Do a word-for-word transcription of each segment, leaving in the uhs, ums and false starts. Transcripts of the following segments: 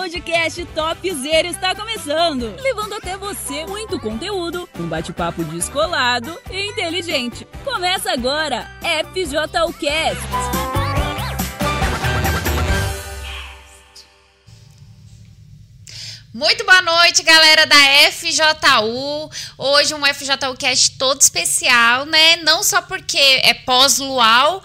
podcast Topzera está começando, levando até você muito conteúdo, um bate-papo descolado e inteligente. Começa agora, F J U Cast. Muito boa noite, galera da F J U. Hoje um F J U Cast todo especial, né? Não só porque é pós-luau,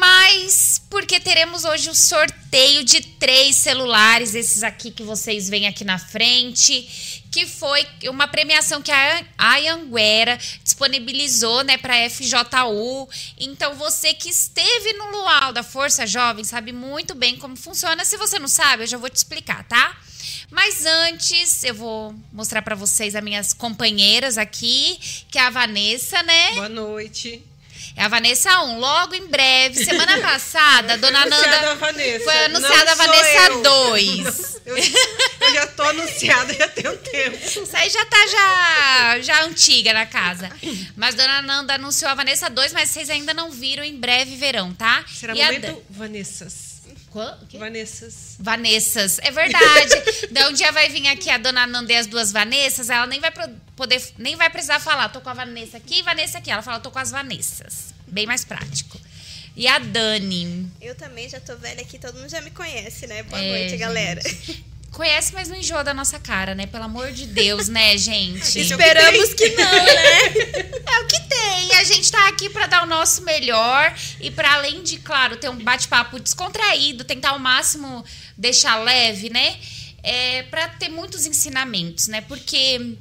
mas porque teremos hoje o sorteio de três celulares, esses aqui que vocês veem aqui na frente, que foi uma premiação que a Anhanguera disponibilizou, né, para a F J U. Então, você que esteve no luau da Força Jovem sabe muito bem como funciona. Se você não sabe, eu já vou te explicar, tá? Mas antes, eu vou mostrar para vocês as minhas companheiras aqui, que é a Vanessa, né? Boa noite. É a Vanessa um. Logo em breve, semana passada, a dona Nanda... A Vanessa. Foi anunciada a Vanessa dois. Eu, eu já tô anunciada já tem um tempo. Isso aí já tá já, já antiga na casa. Mas dona Nanda anunciou a Vanessa dois, mas vocês ainda não viram, em breve verão, tá? Será e momento a... Vanessas. Vanessas. Vanessas, é verdade. Daí um dia vai vir aqui a dona Nanda e as duas Vanessas, ela nem vai poder, nem vai precisar falar, tô com a Vanessa aqui e Vanessa aqui. Ela fala, tô com as Vanessas. Bem mais prático. E a Dani? Eu também já tô velha aqui, todo mundo já me conhece, né? Boa é, noite, gente. galera. Conhece, mas não enjoa da nossa cara, né? Pelo amor de Deus, né, gente? Esperamos que não, né? É o que tem. A gente tá aqui pra dar o nosso melhor e pra, além de, claro, ter um bate-papo descontraído, tentar ao máximo deixar leve, né? É, pra ter muitos ensinamentos, né? Porque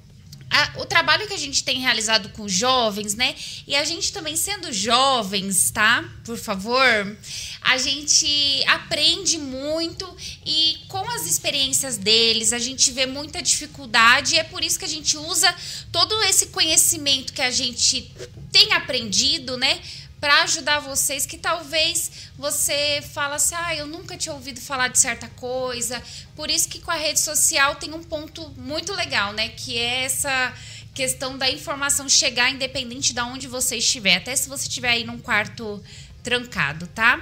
a, o trabalho que a gente tem realizado com jovens, né? E a gente também sendo jovens, tá? Por favor... A gente aprende muito e com as experiências deles a gente vê muita dificuldade e é por isso que a gente usa todo esse conhecimento que a gente tem aprendido, né, para ajudar vocês que talvez você fala assim, ah, eu nunca tinha ouvido falar de certa coisa. Por isso que com a rede social tem um ponto muito legal, né, que é essa questão da informação chegar independente de onde você estiver, até se você estiver aí num quarto trancado, tá?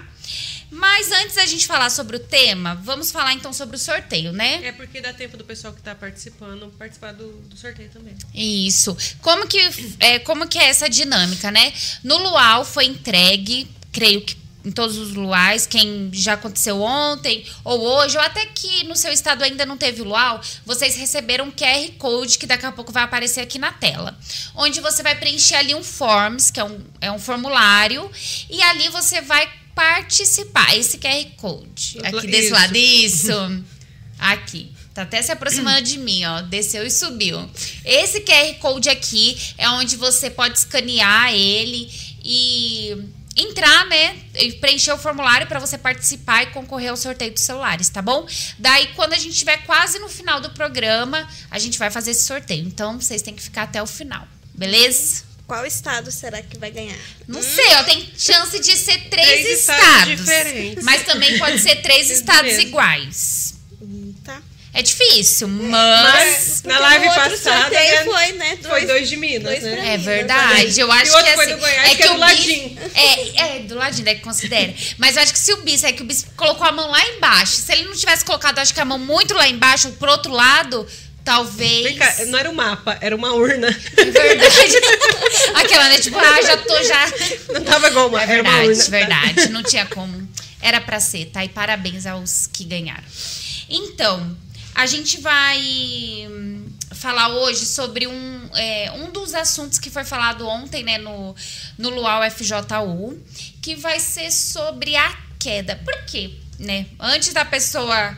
Mas antes da gente falar sobre o tema, vamos falar então sobre o sorteio, né? É porque dá tempo do pessoal que está participando participar do, do sorteio também. Isso. Como que é, como que é essa dinâmica, né? No luau foi entregue, creio que em todos os luais, quem já aconteceu ontem ou hoje, ou até que no seu estado ainda não teve luau, vocês receberam um Q R Code que daqui a pouco vai aparecer aqui na tela, onde você vai preencher ali um forms, que é um, é um formulário, e ali você vai participar. Esse Q R Code, aqui desse isso. lado, isso, aqui. Tá até se aproximando de mim, ó. Desceu e subiu. Esse Q R Code aqui é onde você pode escanear ele e... entrar, né, e preencher o formulário para você participar e concorrer ao sorteio dos celulares, tá bom? Daí, quando a gente estiver quase no final do programa, a gente vai fazer esse sorteio. Então, vocês têm que ficar até o final, beleza? Qual estado será que vai ganhar? Não hum. sei, ó, tem chance de ser três, três estados, estados diferentes. Mas também pode ser três estados mesmo. iguais. Tá. É difícil, mas... mas na live passada né, foi, né? Dois, foi dois de Minas, dois né? É verdade. Eu acho e o outro que foi assim, do Goiás, é que é do o ladinho. Bis, é, é, do ladinho, é que considera. Mas eu acho que se o Bis, é que o Bis colocou a mão lá embaixo. Se ele não tivesse colocado, acho que a mão muito lá embaixo, pro outro lado, talvez... Vem cá, não era um mapa, era uma urna. É verdade. Aquela, né? Tipo, ah, já tô, já... Não tava igual uma, é era verdade, uma urna. verdade. Não tinha como. Era pra ser, tá? E parabéns aos que ganharam. Então... A gente vai falar hoje sobre um, é, um dos assuntos que foi falado ontem, né, no, no Luau F J U, que vai ser sobre a queda. Por quê? Né? Antes da pessoa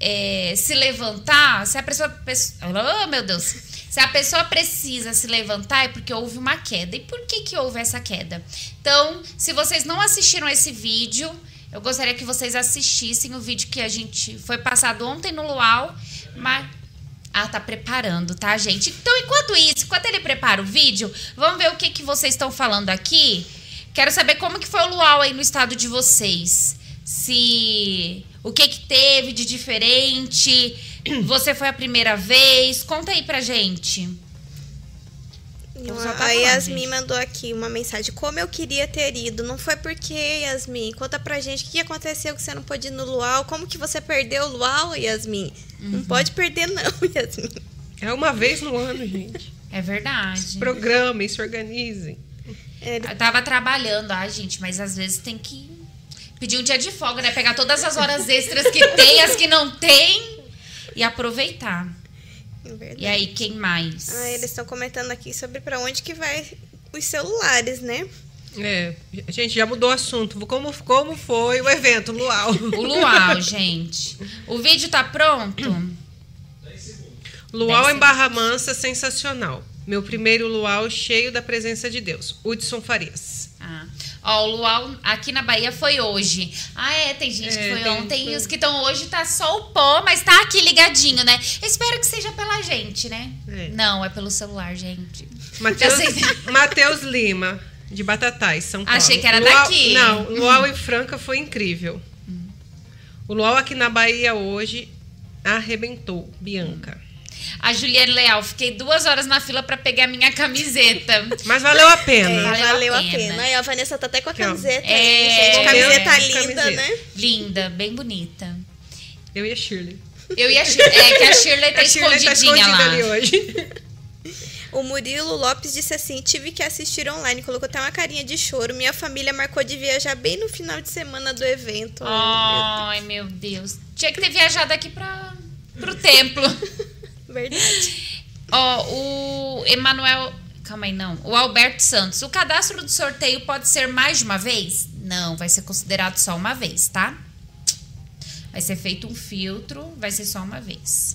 é, se levantar, se a pessoa... Oh, meu Deus! Se a pessoa precisa se levantar é porque houve uma queda. E por que que houve essa queda? Então, se vocês não assistiram esse vídeo... Eu gostaria que vocês assistissem o vídeo que a gente foi passado ontem no Luau, mas... Ah, tá preparando, tá, gente? Então, enquanto isso, enquanto ele prepara o vídeo, vamos ver o que, que vocês estão falando aqui. Quero saber como que foi o Luau aí no estado de vocês. Se... O que que teve de diferente? Você foi a primeira vez? Conta aí pra gente. Então, Uma- só tá a falando, Yasmin gente. mandou aqui uma mensagem. Como eu queria ter ido. Não foi porque, Yasmin? Conta pra gente o que aconteceu que você não pôde ir no Luau. Como que você perdeu o Luau, Yasmin? Uhum. Não pode perder não, Yasmin. É uma vez no ano, gente. É verdade. Programem, se organizem. É, Eu tava trabalhando, ah, gente, mas às vezes tem que pedir um dia de folga, né? Pegar todas as horas extras que tem, as que não tem e aproveitar. é verdade. E aí, quem mais? Ah, eles estão comentando aqui sobre pra onde que vai os celulares, né? É, a gente já mudou o assunto. Como, como foi o evento, Luau? O Luau, gente. O vídeo tá pronto? Luau Dez em Barra Mansa, sensacional. Meu primeiro luau cheio da presença de Deus. Hudson Farias. Ah. Ó, o Luau aqui na Bahia foi hoje. Ah, é, tem gente É, que foi tem- ontem foi. e os que estão hoje tá só o pó, mas tá aqui ligadinho, né? Eu espero que seja pela gente, né? É. Não, é pelo celular, gente. Mateus, Já sei. Mateus Lima, de Batatais, São Paulo. Achei que era Luau- daqui. Não, o Luau em Franca foi incrível. O Luau aqui na Bahia hoje arrebentou. Bianca. A Juliane Leal, fiquei duas horas na fila pra pegar minha camiseta. Mas valeu a É, pena. Valeu valeu, a a pena. pena. Aí a Vanessa tá até com a Aqui, ó. camiseta. É, aí, gente. Camiseta é, linda, camiseta. né? Linda, bem bonita. Eu e a Shirley. Eu e a Shirley. É que a Shirley tá a Shirley tá escondidinha escondida lá. ali hoje. O Murilo Lopes disse assim: tive que assistir online, colocou até uma carinha de choro. Minha família marcou de viajar bem no final de semana do evento. Ai, meu Deus. Tinha que ter viajado aqui pra, pro templo. Verdade. Ó, o Emanuel... Calma aí, não. O Alberto Santos. O cadastro do sorteio pode ser mais de uma vez? Não, vai ser considerado só uma vez, tá? Vai ser feito um filtro, vai ser só uma vez.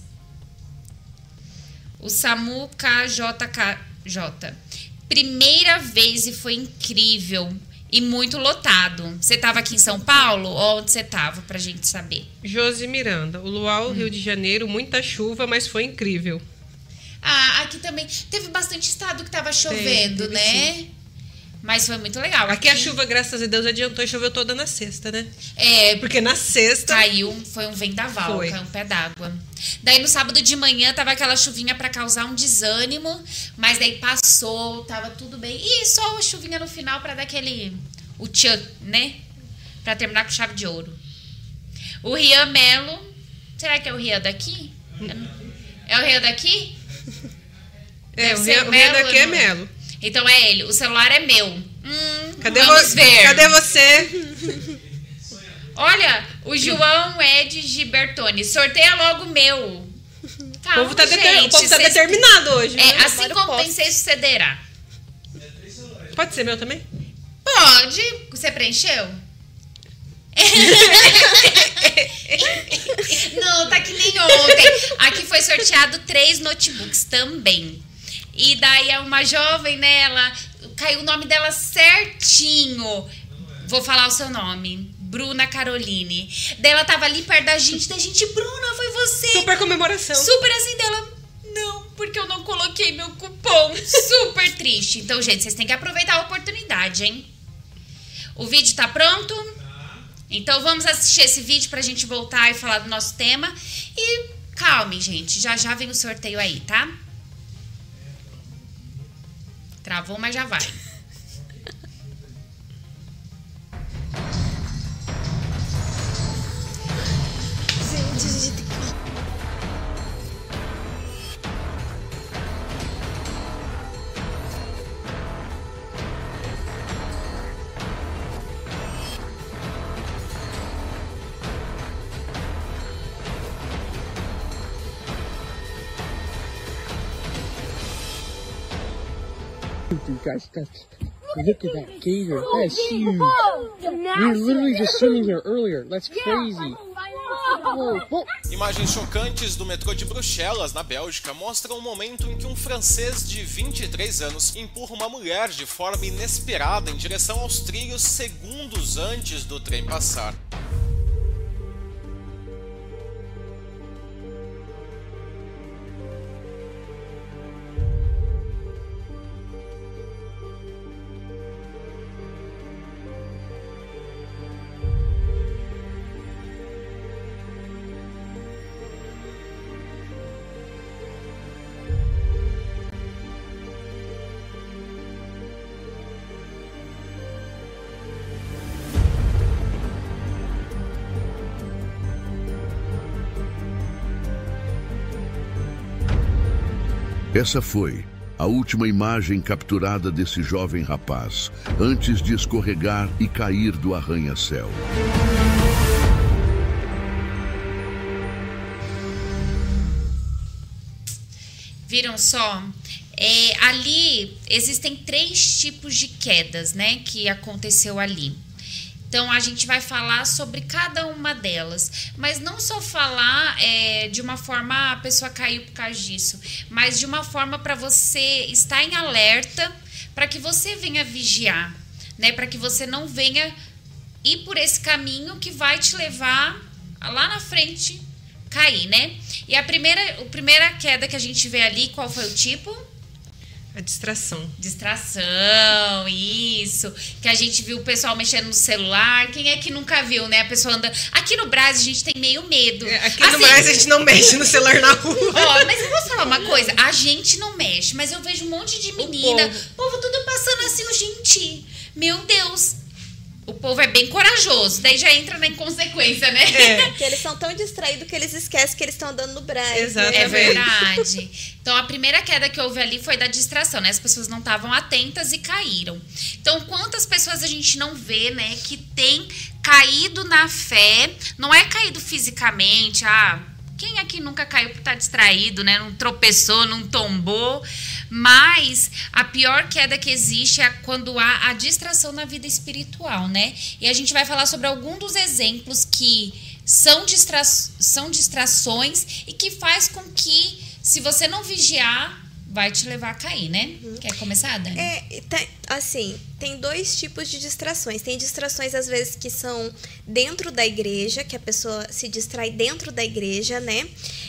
O Samu K J K J. Primeira vez e foi incrível. E muito lotado. Você tava aqui em São Paulo? Onde você tava, pra gente saber? Josi Miranda. O Luau, Rio de Janeiro, muita chuva, mas foi incrível. Ah, aqui também. Teve bastante estado que tava chovendo, teve né? Mas foi muito legal. Aqui a chuva, graças a Deus, adiantou e choveu toda na sexta, né? É, Porque na sexta... caiu, foi um vendaval, Foi. caiu um pé d'água. Daí no sábado de manhã tava aquela chuvinha pra causar um desânimo, mas daí passou, tava tudo bem. E só a chuvinha no final pra dar aquele... o tchan, né? Pra terminar com chave de ouro. O Rian Melo... Será que é o Rian daqui? É o Rian daqui? É, Deve o ser Rio, o Rio Melo, daqui é não? Melo. Então é ele. O celular é meu. Hum, Cadê, vamos vo- ver. Cadê você? Olha, o João Ed Gibertoni. Sorteia logo o meu. O Calma, povo tá, deter- gente, o povo tá vocês- determinado hoje, É, né? assim Agora eu como posso. pensei, sucederá. Pode ser meu também? Pode. Você preencheu? Não, tá que nem ontem. Aqui foi sorteado três notebooks também. E daí é uma jovem, né? Ela caiu o nome dela certinho. Vou falar o seu nome. Bruna Caroline. Daí ela tava ali perto da gente. Da gente, Bruna, foi você. Super comemoração. Super assim dela. Não, porque eu não coloquei meu cupom. Super triste. Então, gente, vocês têm que aproveitar a oportunidade, hein? O vídeo tá pronto? Então vamos assistir esse vídeo pra gente voltar e falar do nosso tema. E calme, gente. Já já vem o sorteio aí, tá? Travou, mas já vai. Gente, gente, You guys, that's, look at that gator. That's huge. We were literally just swimming here earlier. That's crazy. Whoa, whoa. Imagens chocantes do metrô de Bruxelas, na Bélgica, mostram o momento em que um francês de vinte e três anos empurra uma mulher de forma inesperada em direção aos trilhos segundos antes do trem passar. Essa foi a última imagem capturada desse jovem rapaz, antes de escorregar e cair do arranha-céu. Viram só? É, ali existem três tipos de quedas, né, que aconteceu ali. Então, a gente vai falar sobre cada uma delas. Mas não só falar é, de uma forma, ah, a pessoa caiu por causa disso, mas de uma forma para você estar em alerta, para que você venha vigiar, né? Para que você não venha ir por esse caminho que vai te levar lá na frente cair, né? E a primeira, a primeira queda que a gente vê ali, qual foi o tipo? A distração. Distração, isso. Que a gente viu o pessoal mexendo no celular. Quem é que nunca viu, né? A pessoa anda... Aqui no Brasil, a gente tem meio medo. É, aqui assim, no Brasil, a gente não mexe no celular na rua. Ó, mas eu vou falar uma coisa. A gente não mexe, mas eu vejo um monte de menina. O povo, o povo tudo passando assim, o gente... Meu Deus... O povo é bem corajoso, daí já entra na inconsequência, né? É. Porque eles são tão distraídos que eles esquecem que eles estão andando no Brasil. Exatamente. É verdade. Então, a primeira queda que houve ali foi da distração, né? As pessoas não estavam atentas e caíram. Então, quantas pessoas a gente não vê, né? Que tem caído na fé, não é caído fisicamente, ah... Quem aqui nunca caiu por estar distraído, né? Não tropeçou, não tombou. Mas a pior queda que existe é quando há a distração na vida espiritual, né? E a gente vai falar sobre alguns dos exemplos que são, distra... são distrações e que faz com que, se você não vigiar, vai te levar a cair, né? Uhum. Quer começar, Dani? É, tá, assim, tem dois tipos de distrações. Tem distrações, às vezes, que são dentro da igreja, que a pessoa se distrai dentro da igreja, né?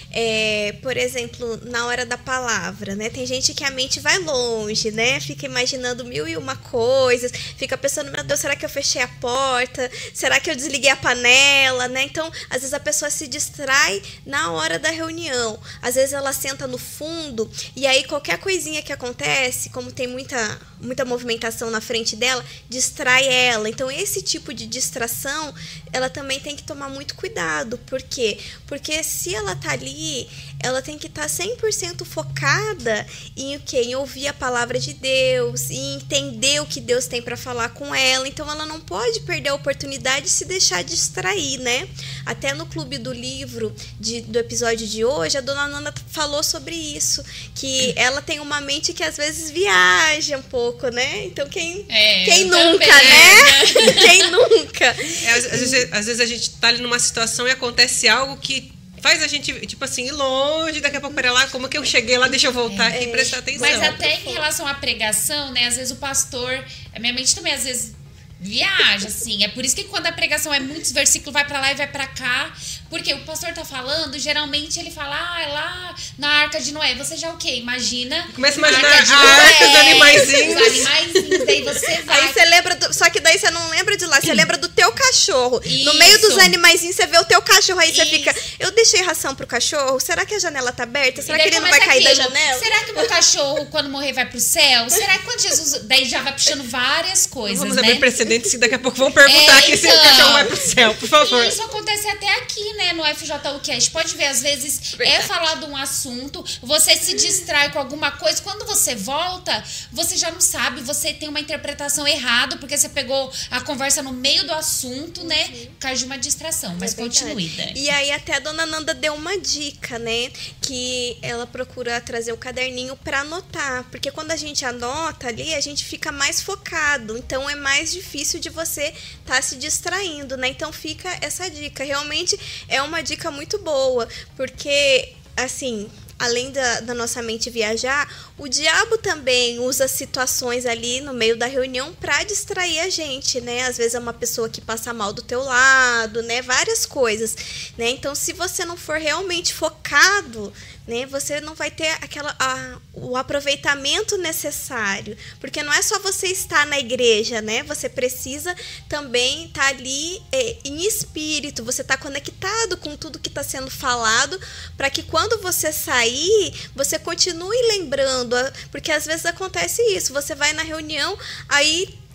É, por exemplo, na hora da palavra, né? Tem gente que a mente vai longe, né? Fica imaginando mil e uma coisas, fica pensando, meu Deus, será que eu fechei a porta? Será que eu desliguei a panela, né? Então, às vezes a pessoa se distrai na hora da reunião. Às vezes ela senta no fundo e aí qualquer coisinha que acontece, como tem muita, muita movimentação na frente dela, distrai ela. Então, esse tipo de distração, ela também tem que tomar muito cuidado. Por quê? Porque se ela tá ali, ela tem que estar cem por cento focada em o quê? Em ouvir a palavra de Deus, em entender o que Deus tem para falar com ela. Então, ela não pode perder a oportunidade de se deixar distrair, né? Até no Clube do Livro de, do episódio de hoje, a dona Nanda falou sobre isso, que ela tem uma mente que às vezes viaja um pouco, né? Então, quem, é, quem nunca, também, né? Quem nunca? É, às, às, vezes, às vezes a gente tá ali numa situação e acontece algo que faz a gente, tipo assim, ir longe, daqui a pouco para lá, como que eu cheguei lá, deixa eu voltar é, aqui e prestar atenção. Mas até em relação à pregação, né, às vezes o pastor, a minha mente também às vezes viaja, assim, é por isso que quando a pregação é muitos versículos, vai pra lá e vai pra cá, porque o pastor tá falando, geralmente ele fala, ah, é lá na Arca de Noé, você já o quê? Imagina começa a imaginar a Arca dos animaizinhos. Os animaizinhos, daí você vai. Aí você lembra, do, só que daí você não lembra de lá, você lembra do teu cachorro. Isso. No meio dos animaizinhos, você vê o teu cachorro, aí você Isso. fica, eu deixei ração pro cachorro, será que a janela tá aberta? Será que ele não vai aquilo, cair da janela? Será que o meu cachorro, quando morrer, vai pro céu? Será que quando Jesus... Daí já vai puxando várias coisas, Vamos né? abrir precedentes que daqui a pouco vão perguntar é, aqui então, se o cachorro vai pro céu, por favor. E isso acontece até aqui, né, no F J U Cast. Pode ver, às vezes Verdade. é falado um assunto, você se distrai com alguma coisa, quando você volta, você já não sabe, você tem uma interpretação errada, porque você pegou a conversa no meio do assunto, né, uhum. por causa de uma distração. Mas é continue, Dani. E aí até a dona Nanda deu uma dica, né, que ela procura trazer o caderninho para anotar, porque quando a gente anota ali, a gente fica mais focado, então é mais difícil de você estar tá se distraindo, né, então fica essa dica, realmente é uma dica muito boa, porque, assim, além da, da nossa mente viajar, o diabo também usa situações ali no meio da reunião para distrair a gente, né? Às vezes é uma pessoa que passa mal do teu lado, né? Várias coisas, né? Então, se você não for realmente focado, né, você não vai ter aquela, a, o aproveitamento necessário, porque não é só você estar na igreja, né? Você precisa também estar ali é, em espírito, você está conectado com tudo que está sendo falado, para que quando você sair, você continue lembrando, porque às vezes acontece isso, você vai na reunião, aí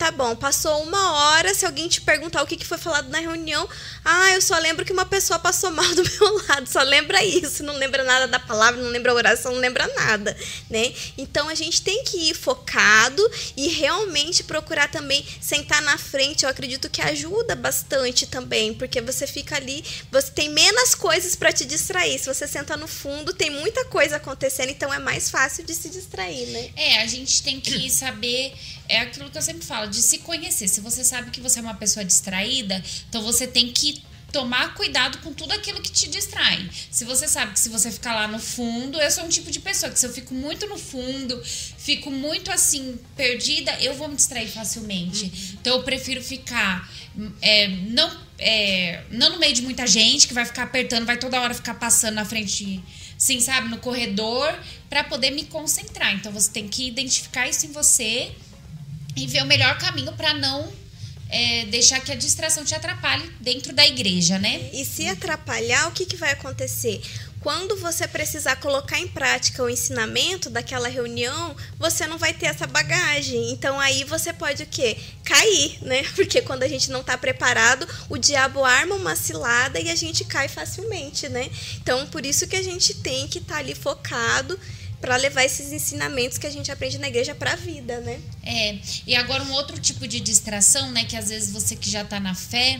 Tá bom, passou uma hora, se alguém te perguntar o que foi falado na reunião, ah, eu só lembro que uma pessoa passou mal do meu lado, só lembra isso, não lembra nada da palavra, não lembra a oração, não lembra nada, né? Então, a gente tem que ir focado e realmente procurar também sentar na frente. Eu acredito que ajuda bastante também, porque você fica ali, você tem menos coisas para te distrair. Se você senta no fundo, tem muita coisa acontecendo, então é mais fácil de se distrair, né? É, a gente tem que saber, é aquilo que eu sempre falo, de se conhecer. Se você sabe que você é uma pessoa distraída, então você tem que tomar cuidado com tudo aquilo que te distrai. Se você sabe que se você ficar lá no fundo, eu sou um tipo de pessoa que se eu fico muito no fundo, fico muito assim, perdida, eu vou me distrair facilmente. Uhum. Então eu prefiro ficar é, não, é, não no meio de muita gente, que vai ficar apertando, vai toda hora ficar passando na frente, assim, sabe, no corredor, para poder me concentrar. Então você tem que identificar isso em você e ver o melhor caminho para não É, deixar que a distração te atrapalhe dentro da igreja, né? E se atrapalhar, o que, que vai acontecer? Quando você precisar colocar em prática o ensinamento daquela reunião, você não vai ter essa bagagem. Então, aí você pode o quê? Cair, né? Porque quando a gente não está preparado, o diabo arma uma cilada e a gente cai facilmente, né? Então, por isso que a gente tem que estar tá ali focado para levar esses ensinamentos que a gente aprende na igreja para a vida, né? É, e agora um outro tipo de distração, né, que às vezes você que já tá na fé,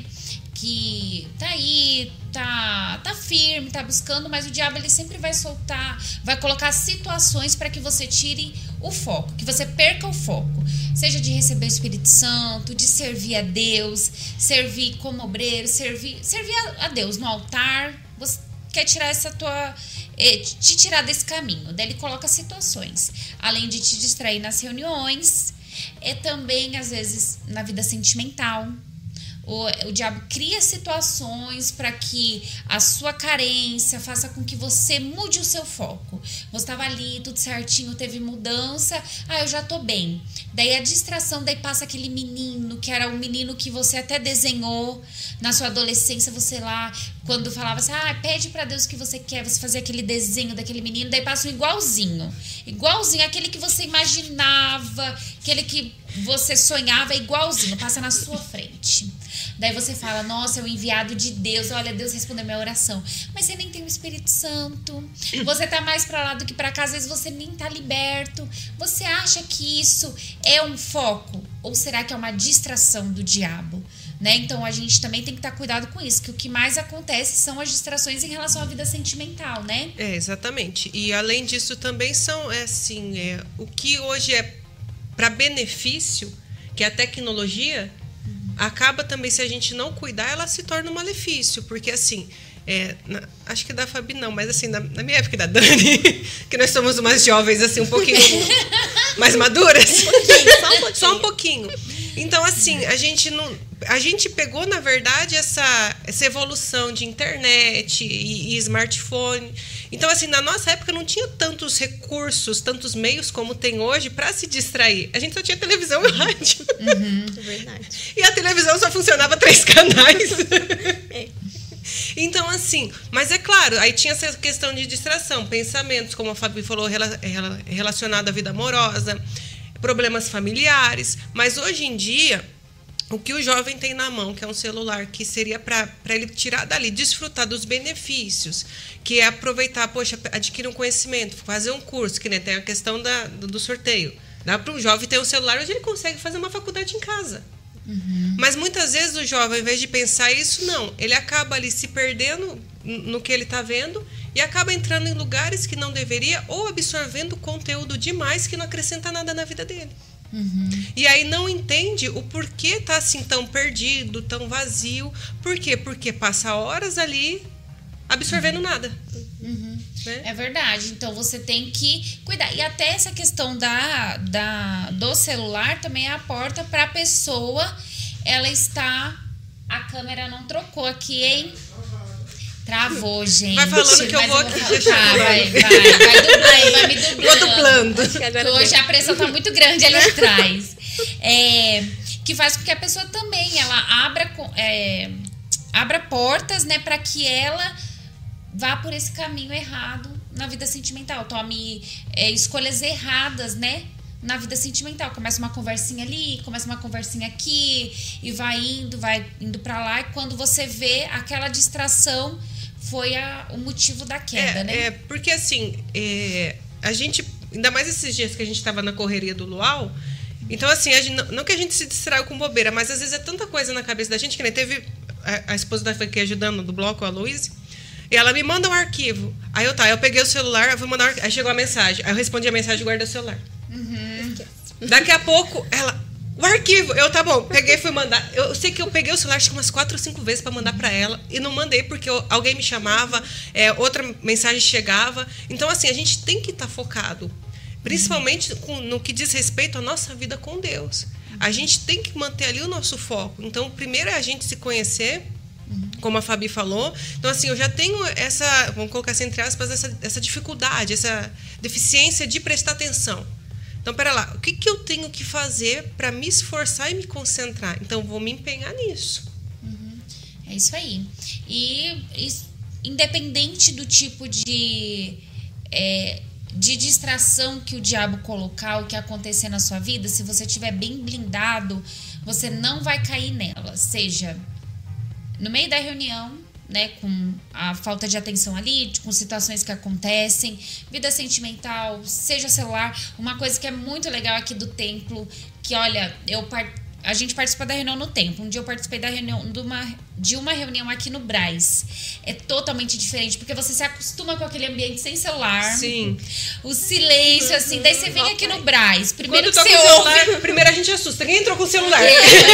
que tá aí, tá, tá firme, tá buscando, mas o diabo ele sempre vai soltar, vai colocar situações para que você tire o foco, que você perca o foco, seja de receber o Espírito Santo, de servir a Deus, servir como obreiro, servir, servir a Deus no altar. Você quer tirar essa tua... te tirar desse caminho. Daí ele coloca situações. Além de te distrair nas reuniões, é também, às vezes, na vida sentimental. O, o diabo cria situações para que a sua carência faça com que você mude o seu foco. Você estava ali, tudo certinho, teve mudança. Ah, eu já tô bem. Daí a distração, daí passa aquele menino, que era um menino que você até desenhou na sua adolescência, você lá, quando falava assim, ah, pede para Deus o que você quer, você fazia aquele desenho daquele menino, daí passa um igualzinho. Igualzinho, aquele que você imaginava, aquele que você sonhava, igualzinho, passa na sua frente. Daí você fala, nossa, é o enviado de Deus, olha, Deus respondeu minha oração. Mas você nem tem o Espírito Santo, você tá mais pra lá do que pra cá, às vezes você nem tá liberto. Você acha que isso é um foco? Ou será que é uma distração do diabo? Né? Então a gente também tem que estar cuidado com isso, que o que mais acontece são as distrações em relação à vida sentimental, né? É, exatamente. E além disso também são, é, assim, é, o que hoje é para benefício, que é a tecnologia, acaba também, se a gente não cuidar, ela se torna um malefício. Porque, assim, é, na, acho que da Fabi não, mas assim, na, na minha época da Dani, que nós somos umas jovens, assim, um pouquinho mais maduras. Um pouquinho, só um pouquinho. Só um pouquinho. Então, assim, a gente não... A gente pegou, na verdade, essa, essa evolução de internet e, e smartphone. Então, assim, na nossa época não tinha tantos recursos, tantos meios como tem hoje para se distrair. A gente só tinha televisão e rádio. Uhum, é verdade. E a televisão só funcionava três canais. É. Então, assim, mas é claro, aí tinha essa questão de distração, pensamentos, como a Fabi falou, relacionado à vida amorosa, problemas familiares. Mas hoje em dia, o que o jovem tem na mão, que é um celular, que seria para ele tirar dali, desfrutar dos benefícios, que é aproveitar, poxa, adquirir um conhecimento, fazer um curso, que né, tem a questão da, do, do sorteio. Dá para um jovem ter um celular onde ele consegue fazer uma faculdade em casa. Uhum. Mas muitas vezes o jovem, ao invés de pensar isso, não. Ele acaba ali se perdendo no que ele está vendo e acaba entrando em lugares que não deveria ou absorvendo conteúdo demais que não acrescenta nada na vida dele. Uhum. E aí não entende o porquê tá assim tão perdido, tão vazio. Por quê? Porque passa horas ali absorvendo uhum. nada. Uhum. Né? É verdade. Então você tem que cuidar. E até essa questão da, da, do celular também é a porta para a pessoa. Ela está... A câmera não trocou aqui, hein? Travou, gente. Vai falando que eu vou aqui. Deixa tá, vai, vai, vai dublando, vai me dublando. Vou dublando. Hoje a pressão tá muito grande ali atrás. É, que faz com que a pessoa também, ela abra, é, abra portas, né, para que ela vá por esse caminho errado na vida sentimental. Tome é, escolhas erradas, né? na vida sentimental. Começa uma conversinha ali, começa uma conversinha aqui, e vai indo, vai indo pra lá, e quando você vê, aquela distração foi a, o motivo da queda, é, né? É, porque assim, é, a gente, ainda mais esses dias que a gente tava na correria do luau, então assim, a gente, não, não que a gente se distraiu com bobeira, mas às vezes é tanta coisa na cabeça da gente, que nem teve a, a esposa da aqui ajudando do bloco, a Luísa, e ela me manda um arquivo. Aí eu tá, eu peguei o celular, eu fui mandar um arquivo, aí chegou a mensagem, aí eu respondi a mensagem e guardei o celular. Uhum. Daqui a pouco, ela, o arquivo, eu, tá bom, peguei e fui mandar. Eu sei que eu peguei o celular, acho que umas quatro ou cinco vezes para mandar para ela, e não mandei porque eu, alguém me chamava, é, outra mensagem chegava. Então, assim, a gente tem que estar tá focado, principalmente com, no que diz respeito à nossa vida com Deus. A gente tem que manter ali o nosso foco. Então, primeiro é a gente se conhecer, como a Fabi falou. Então, assim, eu já tenho essa, vamos colocar assim, entre aspas, essa, essa dificuldade, essa deficiência de prestar atenção. Então, pera lá, o que, que eu tenho que fazer para me esforçar e me concentrar? Então, vou me empenhar nisso. Uhum. É isso aí. E, e independente do tipo de, é, de distração que o diabo colocar, o que acontecer na sua vida, se você estiver bem blindado, você não vai cair nela. Seja no meio da reunião, né, com a falta de atenção ali, com situações que acontecem, vida sentimental, seja celular. Uma coisa que é muito legal aqui do templo, que olha, eu part... a gente participa da reunião no templo. Um dia eu participei da reunião de uma, de uma reunião aqui no Brás. É totalmente diferente, porque você se acostuma com aquele ambiente sem celular. Sim. O silêncio, assim, daí você vem aqui no Brás. Primeiro Quando que você com ouve... celular, primeiro a gente assusta. Quem entrou com o celular?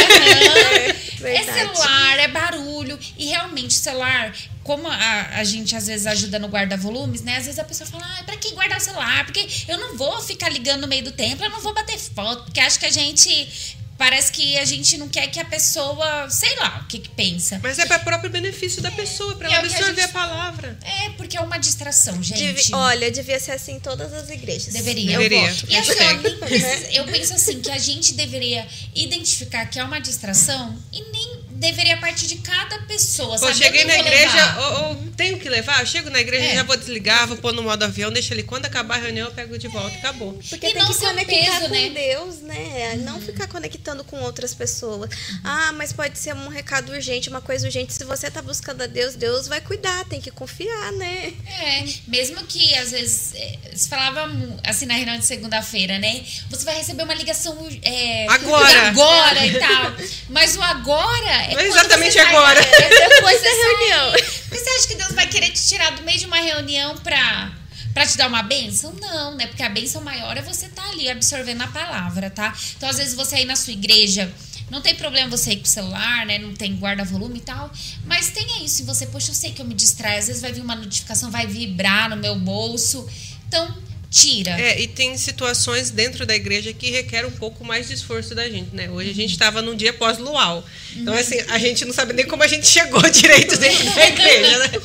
É, é, é Verdade. celular, é barulho. E realmente, celular, como a, a gente às vezes ajuda no guarda-volumes, né? Às vezes a pessoa fala, ah, pra que guardar o celular? Porque eu não vou ficar ligando no meio do templo, eu não vou bater foto, porque acho que a gente... Parece que a gente não quer que a pessoa, sei lá, o que que pensa. Mas é para o próprio benefício da pessoa, para E ela é o que a absorver a, gente- palavra. É, porque é uma distração, gente. Devi- olha, devia ser assim em todas as igrejas. Deveria. Eu Deveria. voto. E assim, ó, Hashtag. nem precisa- eu penso assim, que a gente deveria identificar que é uma distração e nem deveria partir de cada pessoa, Pô, sabe? cheguei Eu na não vou igreja, levar. ou, ou tenho que levar, eu chego na igreja, É. já vou desligar, vou pôr no modo avião, deixa ali. Quando acabar a reunião, eu pego de volta, acabou. Porque E tem não que ser um conectar peso, com né? Deus, né? Não ficar conectando com outras pessoas. Ah, mas pode ser um recado urgente, uma coisa urgente. Se você tá buscando a Deus, Deus vai cuidar, tem que confiar, né? É, mesmo que às vezes é, se falava mu- assim na reunião de segunda-feira, né? Você vai receber uma ligação é, Agora. agora e tal. Mas o agora é Não é quando exatamente você vai- agora. É depois da reunião. Você acha que Deus vai querer te tirar do meio de uma reunião pra, pra te dar uma bênção? Não, né? Porque a bênção maior é você estar ali absorvendo a palavra, tá? Então, às vezes, você aí na sua igreja, não tem problema você ir com o celular, né? Não tem guarda-volume e tal. Mas tenha isso em você. Poxa, eu sei que eu me distraio. Às vezes vai vir uma notificação, vai vibrar no meu bolso. Então, tira. É, e tem situações dentro da igreja que requer um pouco mais de esforço da gente, né? Hoje a gente estava num dia pós-luau. Então, assim, a gente não sabe nem como a gente chegou direito dentro da igreja, né?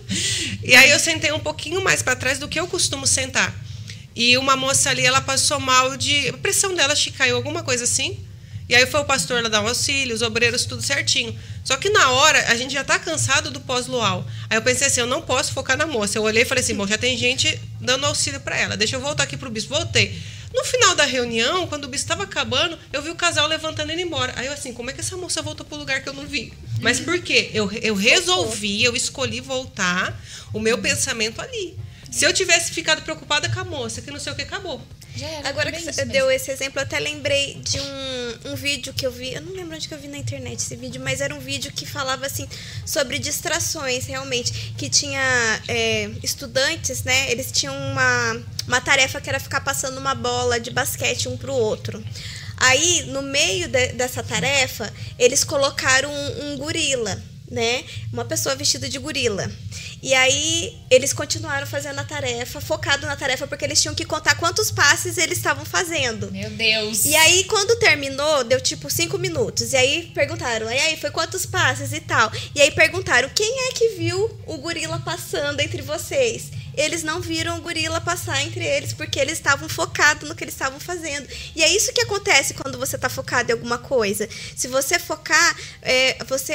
E aí eu sentei um pouquinho mais para trás do que eu costumo sentar. E uma moça ali, ela passou mal de... A pressão dela acho que caiu, alguma coisa assim. E aí foi o pastor lá dar um auxílio, os obreiros, tudo certinho. Só que na hora, a gente já tá cansado do pós-luau. Aí eu pensei assim, eu não posso focar na moça. Eu olhei e falei assim, bom, já tem gente dando auxílio para ela. Deixa eu voltar aqui pro bispo. Voltei. No final da reunião, quando o bispo estava acabando, eu vi o casal levantando e indo embora. Aí eu assim, como é que essa moça voltou pro lugar que eu não vi? Mas por quê? Eu, eu resolvi, eu escolhi voltar o meu pensamento ali. Se eu tivesse ficado preocupada com a moça, que não sei o que, acabou. Já era, Agora é que bem você isso deu mesmo. esse exemplo, eu até lembrei de um, um vídeo que eu vi, eu não lembro onde que eu vi na internet esse vídeo, mas era um vídeo que falava assim sobre distrações, realmente, que tinha é, estudantes, né, eles tinham uma, uma tarefa que era ficar passando uma bola de basquete um pro outro. Aí, no meio de, dessa tarefa, eles colocaram um, um gorila, né, uma pessoa vestida de gorila. E aí, eles continuaram fazendo a tarefa, focado na tarefa, porque eles tinham que contar quantos passes eles estavam fazendo. Meu Deus. E aí, quando terminou, deu tipo cinco minutos. E aí, perguntaram, e aí, foi quantos passes e tal? E aí, perguntaram, quem é que viu o gorila passando entre vocês? Eles não viram o gorila passar entre eles, porque eles estavam focados no que eles estavam fazendo. E é isso que acontece quando você está focado em alguma coisa. Se você focar, é, você...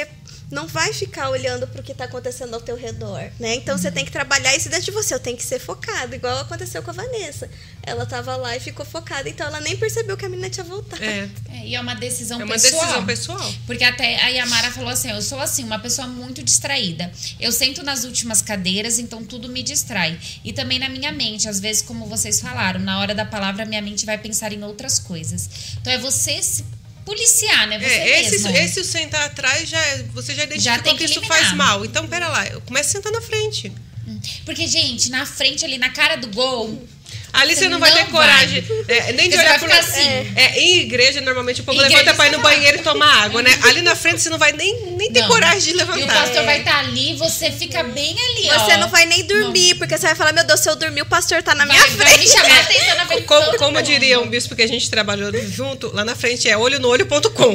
não vai ficar olhando para o que está acontecendo ao teu redor, né? Então, você tem que trabalhar isso dentro de você. Eu tenho que ser focado, igual aconteceu com a Vanessa. Ela estava lá e ficou focada, então ela nem percebeu que a menina tinha voltado. É. É, e é uma decisão É uma pessoal. decisão pessoal. Porque até a Yamara falou assim, eu sou assim, uma pessoa muito distraída. Eu sento nas últimas cadeiras, então tudo me distrai. E também na minha mente, às vezes, como vocês falaram, na hora da palavra, minha mente vai pensar em outras coisas. Então é você se policiar, né? Você É, esse, mesmo. esse o sentar atrás, já, é- você já identificou Já tem que, que isso eliminar. faz mal. Então, pera lá, começa a sentar na frente. Porque, gente, na frente ali, na cara do gol... Ali você Você não vai não ter coragem é, nem de Você olhar vai pro ficar lado. assim. É, em igreja, normalmente o povo Igreja, levanta pra ir no você vai. banheiro e tomar água, né? Ali na frente você não vai nem, nem ter Não. coragem de E o levantar. pastor vai estar ali, você fica bem ali, ó. Você não vai nem dormir, porque você vai falar, meu Deus, se eu dormir, o pastor tá na minha Vai, frente. vai me chamar a atenção na frente de Como, todo como mundo. diria um bispo que a gente trabalhou junto, lá na frente é olho no olho ponto com.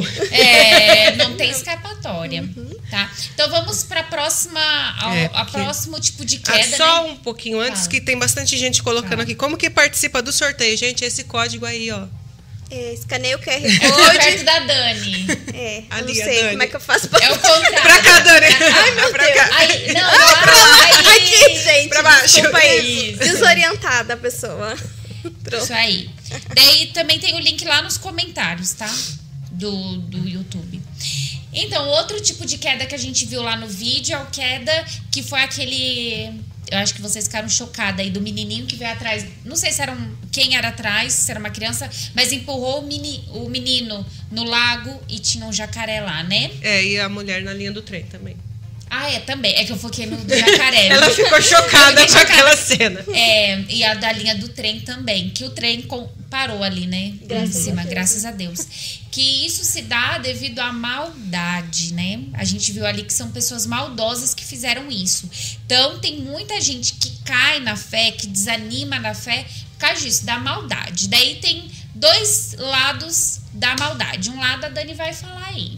É, não tem escapatória, Uhum. tá? Então vamos para próxima, ao, É, a porque- próximo tipo de Ah, queda, só né? um pouquinho antes, Fala. que tem bastante gente colocando Fala. aqui. Como que participa do sorteio? Gente, esse código aí, ó. É, escaneia o Q R É Code. perto da Dani. É, eu Ali, não a sei Dani. como é que eu faço pra... É o contrário. Pra cá, Dani. Ai, meu pra Deus. cá. Aí, não, Ah, pra lá, lá, aí. aqui, gente. Pra baixo. Desculpa Isso. aí. Desorientada a pessoa. Pronto. Isso aí. Daí também tem o link lá nos comentários, tá? Do, do YouTube. Então, outro tipo de queda que a gente viu lá no vídeo é o queda que foi aquele... Eu acho que vocês ficaram chocadas aí do menininho que veio atrás. Não sei se era um, quem era atrás, se era uma criança, mas empurrou o, meni, o menino no lago e tinha um jacaré lá, né? É, e a mulher na linha do trem também. Ah, é, também. É que eu foquei no do jacaré. Ela ficou chocada Eu com fiquei chocada. aquela cena. É, e a da linha do trem também, que o trem com- parou ali, né? Graças em cima, a Deus. graças a Deus. Que isso se dá devido à maldade, né? A gente viu ali que são pessoas maldosas que fizeram isso. Então, tem muita gente que cai na fé, que desanima na fé por causa disso, da maldade. Daí tem dois lados da maldade. Um lado a Dani vai falar aí.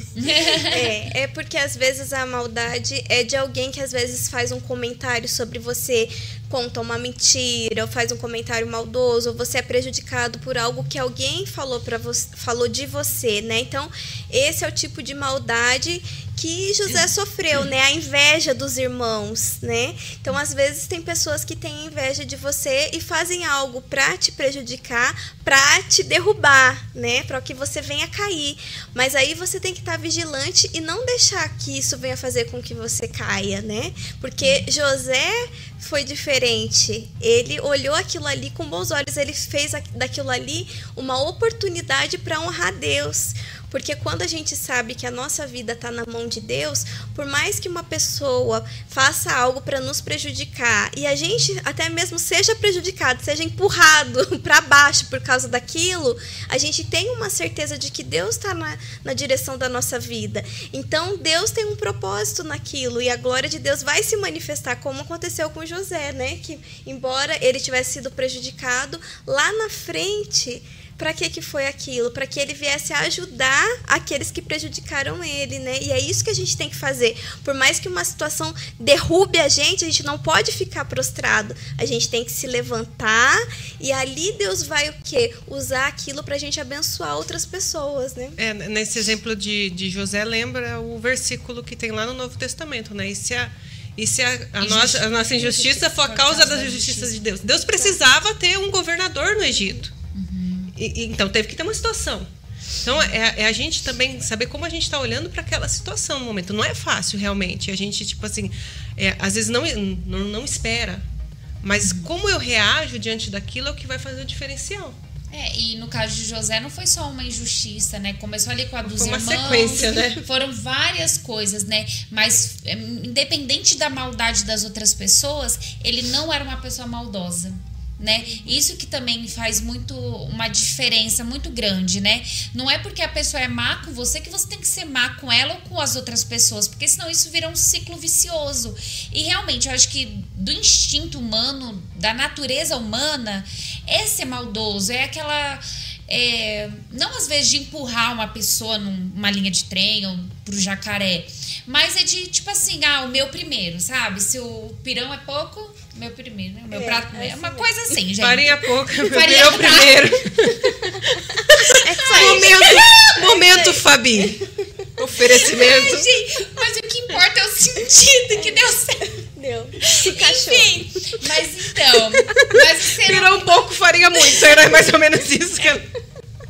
É, é porque às vezes a maldade é de alguém que às vezes faz um comentário sobre você, conta uma mentira, ou faz um comentário maldoso, ou você é prejudicado por algo que alguém falou para você, falou de você, né? Então, esse é o tipo de maldade que José sofreu, né? A inveja dos irmãos, né? Então, às vezes tem pessoas que têm inveja de você e fazem algo para te prejudicar, para te derrubar, né? Para que você venha cair. Mas aí você tem que estar vigilante e não deixar que isso venha fazer com que você caia, né? Porque José foi diferente. Ele olhou aquilo ali com bons olhos, ele fez daquilo ali uma oportunidade para honrar Deus. Porque quando a gente sabe que a nossa vida está na mão de Deus, por mais que uma pessoa faça algo para nos prejudicar e a gente até mesmo seja prejudicado, seja empurrado para baixo por causa daquilo, a gente tem uma certeza de que Deus está na, na direção da nossa vida. Então, Deus tem um propósito naquilo e a glória de Deus vai se manifestar, como aconteceu com José, né? Que, embora ele tivesse sido prejudicado, lá na frente... Para que que foi aquilo? Para que ele viesse a ajudar aqueles que prejudicaram ele, né? E é isso que a gente tem que fazer. Por mais que uma situação derrube a gente, a gente não pode ficar prostrado. A gente tem que se levantar e ali Deus vai o quê? Usar aquilo para a gente abençoar outras pessoas, né? É, nesse exemplo de, de José, lembra o versículo que tem lá no Novo Testamento, né? E se a, e se a, a, nossa, a nossa injustiça for a causa da justiça de Deus? Deus precisava ter um governador no Egito. E, e, então teve que ter uma situação. Então é, é a gente também saber como a gente está olhando para aquela situação no momento. Não é fácil realmente. A gente, tipo assim, é, às vezes não, não, não espera. Mas como eu reajo diante daquilo é o que vai fazer o diferencial. É, e no caso de José não foi só uma injustiça, né? Começou ali com a dos Foi uma irmãos. sequência, né? Foram várias coisas, né? Mas, é, independente da maldade das outras pessoas, ele não era uma pessoa maldosa. Né? Isso que também faz muito uma diferença muito grande, né? Não é porque a pessoa é má com você que você tem que ser má com ela ou com as outras pessoas, porque senão isso vira um ciclo vicioso. E realmente eu acho que do instinto humano, da natureza humana, é ser maldoso, é aquela... É, não às vezes de empurrar uma pessoa numa linha de trem ou pro jacaré, mas é de tipo assim, ah, o meu primeiro, sabe? Se o pirão é pouco, meu primeiro, né? O meu É, prato é é uma assim coisa assim, gente. Farinha pouca, Farinha virou o primeiro. É só isso. Momento, momento Fabi. O oferecimento. É, gente, mas o que importa é o sentido que deu certo. Deu. Se encaixou. Enfim, mas então... Mas o ser Virou um pouco, faria muito. Era mais ou menos isso que eu...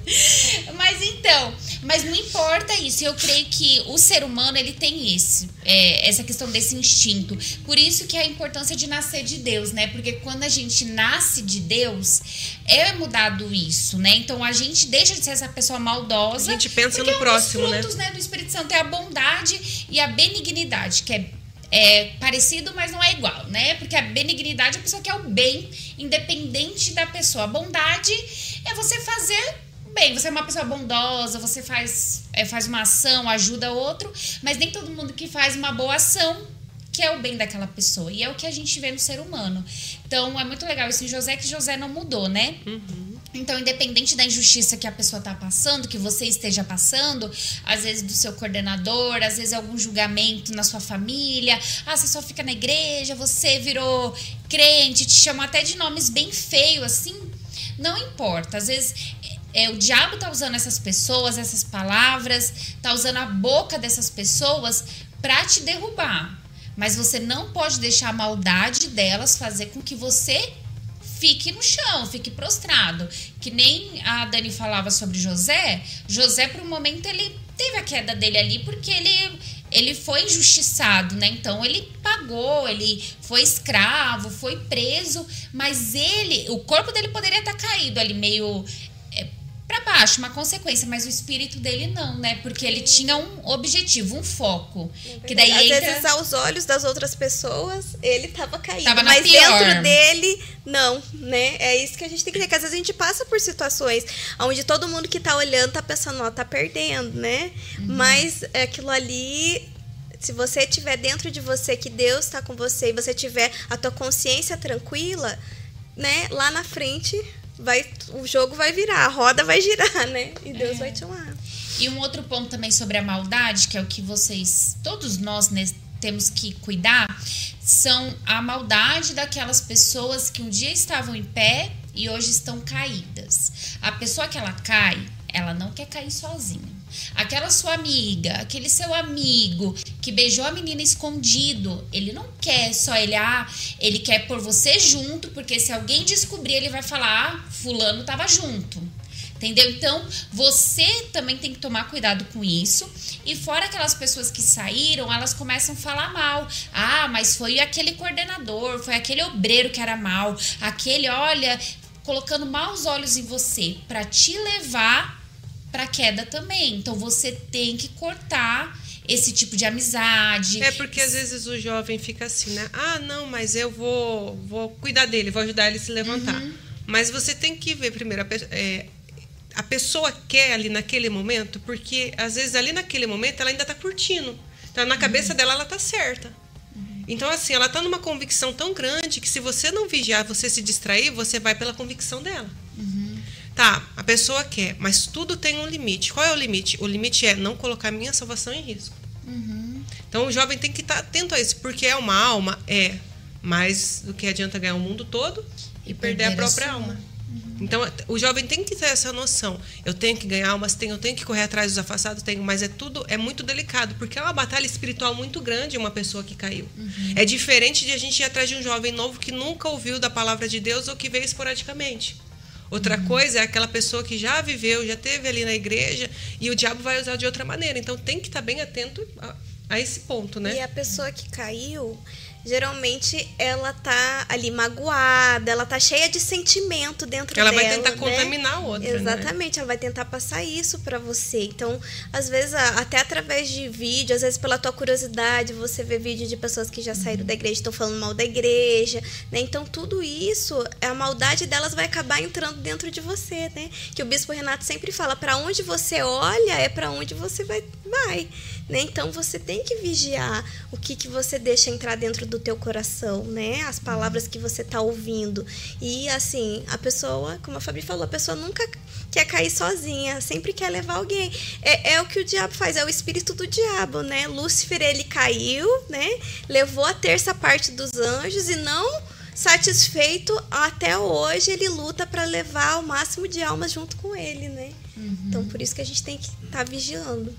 Mas então, mas não importa isso. Eu creio que o ser humano, ele tem esse, é, essa questão desse instinto. Por isso que é a importância de nascer de Deus, né? Porque quando a gente nasce de Deus, é mudado isso, né? Então a gente deixa de ser essa pessoa maldosa. A gente pensa porque no é um próximo, dos frutos, né? né, do Espírito Santo é a bondade e a benignidade, que é É parecido, mas não é igual, né? Porque a benignidade é a pessoa que é o bem, independente da pessoa. A bondade é você fazer bem. Você é uma pessoa bondosa, você faz, é, faz uma ação, ajuda outro, mas nem todo mundo que faz uma boa ação que é o bem daquela pessoa. E é o que a gente vê no ser humano. Então, é muito legal isso em José, que José não mudou, né? Uhum. Então, independente da injustiça que a pessoa está passando, que você esteja passando, às vezes do seu coordenador, às vezes algum julgamento na sua família, ah, você só fica na igreja, você virou crente, te chamam até de nomes bem feios, assim, não importa. Às vezes, é, o diabo tá usando essas pessoas, essas palavras, tá usando a boca dessas pessoas para te derrubar. Mas você não pode deixar a maldade delas fazer com que você fique no chão, fique prostrado. Que nem a Dani falava sobre José. José, por um momento, ele teve a queda dele ali porque ele, ele foi injustiçado, né? Então, ele pagou, ele foi escravo, foi preso. Mas ele, o corpo dele poderia estar caído ali meio... É, para baixo, uma consequência, mas o espírito dele não, né? Porque ele tinha um objetivo, um foco. É que daí Às entra... vezes, aos olhos das outras pessoas, ele tava caído. Tava na mas pior. Dentro dele, não, né? É isso que a gente tem que ver. Que às vezes a gente passa por situações onde todo mundo que tá olhando tá pensando, ó, tá perdendo, né? Uhum. Mas aquilo ali... Se você tiver dentro de você que Deus tá com você e você tiver a tua consciência tranquila, né? Lá na frente... Vai, o jogo vai virar, a roda vai girar, né? E Deus é. vai te honrar. E um outro ponto também sobre a maldade, que é o que vocês, todos nós, né, temos que cuidar, são a maldade daquelas pessoas que um dia estavam em pé e hoje estão caídas. A pessoa que ela cai, ela não quer cair sozinha. Aquela sua amiga, aquele seu amigo que beijou a menina escondido, ele não quer só ele, ah, ele quer pôr você junto, porque se alguém descobrir, ele vai falar, ah, fulano tava junto. Entendeu? Então, você também tem que tomar cuidado com isso. E fora aquelas pessoas que saíram, elas começam a falar mal. Ah, mas foi aquele coordenador, foi aquele obreiro que era mal, aquele, olha, colocando maus olhos em você para te levar para queda também. Então você tem que cortar esse tipo de amizade. É porque às vezes o jovem fica assim, né? Ah, não, mas eu vou, vou cuidar dele, vou ajudar ele a se levantar. Uhum. Mas você tem que ver primeiro, a, é, a pessoa quer ali naquele momento, porque às vezes ali naquele momento ela ainda tá curtindo. Então na cabeça uhum. dela ela tá certa. Uhum. Então assim, ela tá numa convicção tão grande que se você não vigiar, você se distrair, você vai pela convicção dela. Uhum. Tá, a pessoa quer, mas tudo tem um limite. Qual é o limite? O limite é não colocar minha salvação em risco. Uhum. Então o jovem tem que estar atento a isso, porque é uma alma, é, mais do que adianta ganhar o mundo todo e, e perder, perder a própria a alma. Uhum. Então o jovem tem que ter essa noção. Eu tenho que ganhar almas, tenho, eu tenho que correr atrás dos afastados, tenho, mas é tudo, é muito delicado, porque é uma batalha espiritual muito grande uma pessoa que caiu. Uhum. É diferente de a gente ir atrás de um jovem novo que nunca ouviu da palavra de Deus ou que veio esporadicamente. Outra uhum. coisa é aquela pessoa que já viveu, já esteve ali na igreja e o diabo vai usar de outra maneira. Então tem que estar bem atento a, a esse ponto, né? E a pessoa que caiu, geralmente ela tá ali magoada, ela tá cheia de sentimento dentro ela dela. Ela vai tentar né? contaminar a outra. Exatamente, né? Ela vai tentar passar isso pra você. Então, às vezes, até através de vídeo, às vezes pela tua curiosidade, você vê vídeo de pessoas que já saíram da igreja, estão falando mal da igreja, né? Então, tudo isso, a maldade delas vai acabar entrando dentro de você, né? Que o Bispo Renato sempre fala, pra onde você olha, é pra onde você vai, vai, né? Então, você tem que vigiar o que, que você deixa entrar dentro do teu coração, né? As palavras que você tá ouvindo. E, assim, a pessoa, como a Fabi falou, a pessoa nunca quer cair sozinha, sempre quer levar alguém. É, é o que o diabo faz, é o espírito do diabo, né? Lúcifer, ele caiu, né? Levou a terça parte dos anjos e não satisfeito, até hoje ele luta para levar o máximo de almas junto com ele, né? Uhum. Então, por isso que a gente tem que estar tá vigiando.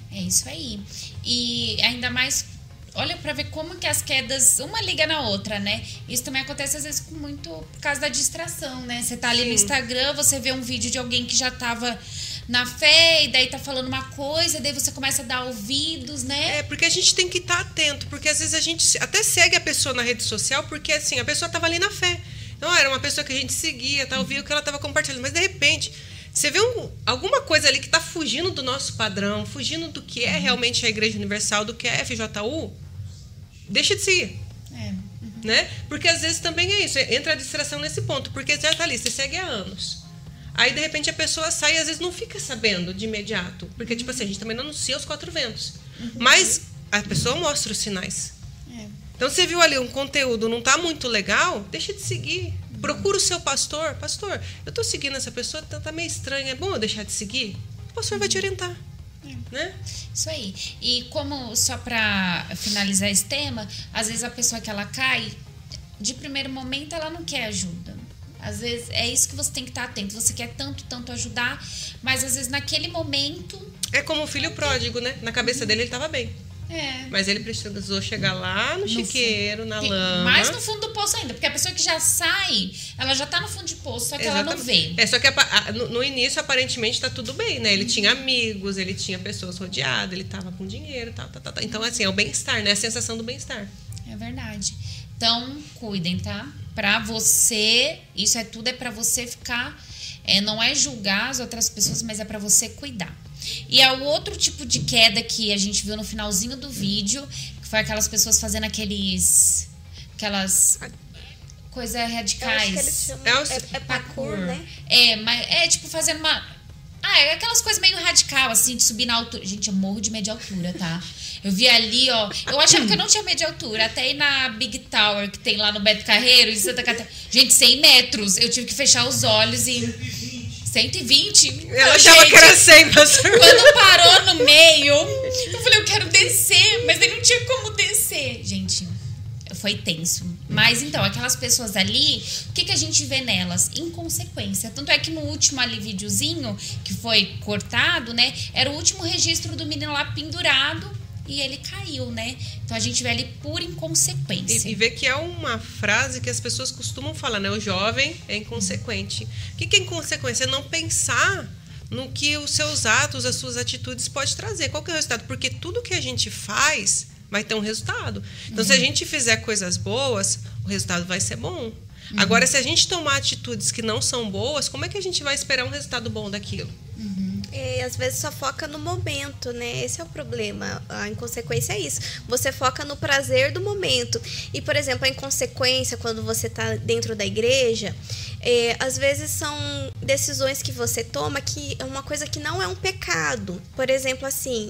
É isso aí. E ainda mais, olha pra ver como que as quedas, uma liga na outra, né? Isso também acontece às vezes com muito por causa da distração, né? Você tá ali Sim. no Instagram, você vê um vídeo de alguém que já tava na fé e daí tá falando uma coisa, daí você começa a dar ouvidos, né? É, porque a gente tem que estar atento, porque às vezes a gente até segue a pessoa na rede social, porque assim, a pessoa tava ali na fé. Então era uma pessoa que a gente seguia, tá, ouvia o que ela tava compartilhando, mas de repente você vê um, alguma coisa ali que tá fugindo do nosso padrão, fugindo do que é realmente a Igreja Universal, do que é a F J U, deixa de seguir. É. Uhum. Né? Porque às vezes também é isso, entra a distração nesse ponto, porque já tá ali, você segue há anos. Aí, de repente, a pessoa sai e às vezes não fica sabendo de imediato. Porque, tipo assim, a gente também não anuncia os quatro ventos. Uhum. Mas a pessoa mostra os sinais. É. Então, você viu ali um conteúdo não tá muito legal, deixa de seguir. Uhum. Procura o seu pastor. Pastor, eu tô seguindo essa pessoa, tá, tá meio estranho. É bom eu deixar de seguir? O pastor uhum. vai te orientar. É. Né? Isso aí. E como, só para finalizar esse tema, às vezes a pessoa que ela cai, de primeiro momento, ela não quer ajuda. Às vezes é isso que você tem que estar atento. Você quer tanto, tanto ajudar, mas às vezes naquele momento... É como o filho pródigo, né? Na cabeça uhum. dele ele estava bem. É. Mas ele precisou chegar lá no, no chiqueiro, fundo. na lama. Mais no fundo do poço ainda. Porque a pessoa que já sai, ela já está no fundo de poço, só que Exatamente. ela não vê. É, só que a, a, no, no início, aparentemente, está tudo bem, né? Ele uhum. tinha amigos, ele tinha pessoas rodeadas, ele estava com dinheiro, tal, tal, tal, tal. Então, assim, é o bem-estar, né? A sensação do bem-estar. É verdade. Então, cuidem, tá? Pra você, isso é tudo é pra você ficar, é, não é julgar as outras pessoas, mas é pra você cuidar. E é o outro tipo de queda que a gente viu no finalzinho do vídeo, que foi aquelas pessoas fazendo aqueles, aquelas coisas radicais. Eu acho que eles chamam, é, é, é parkour, né? É, mas é tipo fazendo uma... Ah, é aquelas coisas meio radical, assim, de subir na altura. Gente, eu morro de medo de altura, tá? Eu vi ali, ó... Eu achava que eu não tinha medo de altura. Até ir na Big Tower, que tem lá no Beto Carreiro, em Santa Catarina. Gente, cem metros. Eu tive que fechar os olhos e... cento e vinte? Ela achava gente, que era cem, mas... Quando parou no meio, eu falei, eu quero descer. Mas aí não tinha como descer. Gente, foi tenso. Mas, então, aquelas pessoas ali, o que, que a gente vê nelas? Inconsequência. Tanto é que no último ali videozinho, que foi cortado, né? Era o último registro do menino lá pendurado e ele caiu, né? Então, a gente vê ali por inconsequência. E, e vê que é uma frase que as pessoas costumam falar, né? O jovem é inconsequente. O que, que é inconsequência? É não pensar no que os seus atos, as suas atitudes podem trazer. Qual que é o resultado? Porque tudo que a gente faz... vai ter um resultado. Então, uhum. se a gente fizer coisas boas, o resultado vai ser bom. Uhum. Agora, se a gente tomar atitudes que não são boas, como é que a gente vai esperar um resultado bom daquilo? Uhum. E às vezes só foca no momento, né? Esse é o problema. A inconsequência é isso. Você foca no prazer do momento. E, por exemplo, a inconsequência, quando você está dentro da igreja, é, às vezes são decisões que você toma que é uma coisa que não é um pecado. Por exemplo, assim...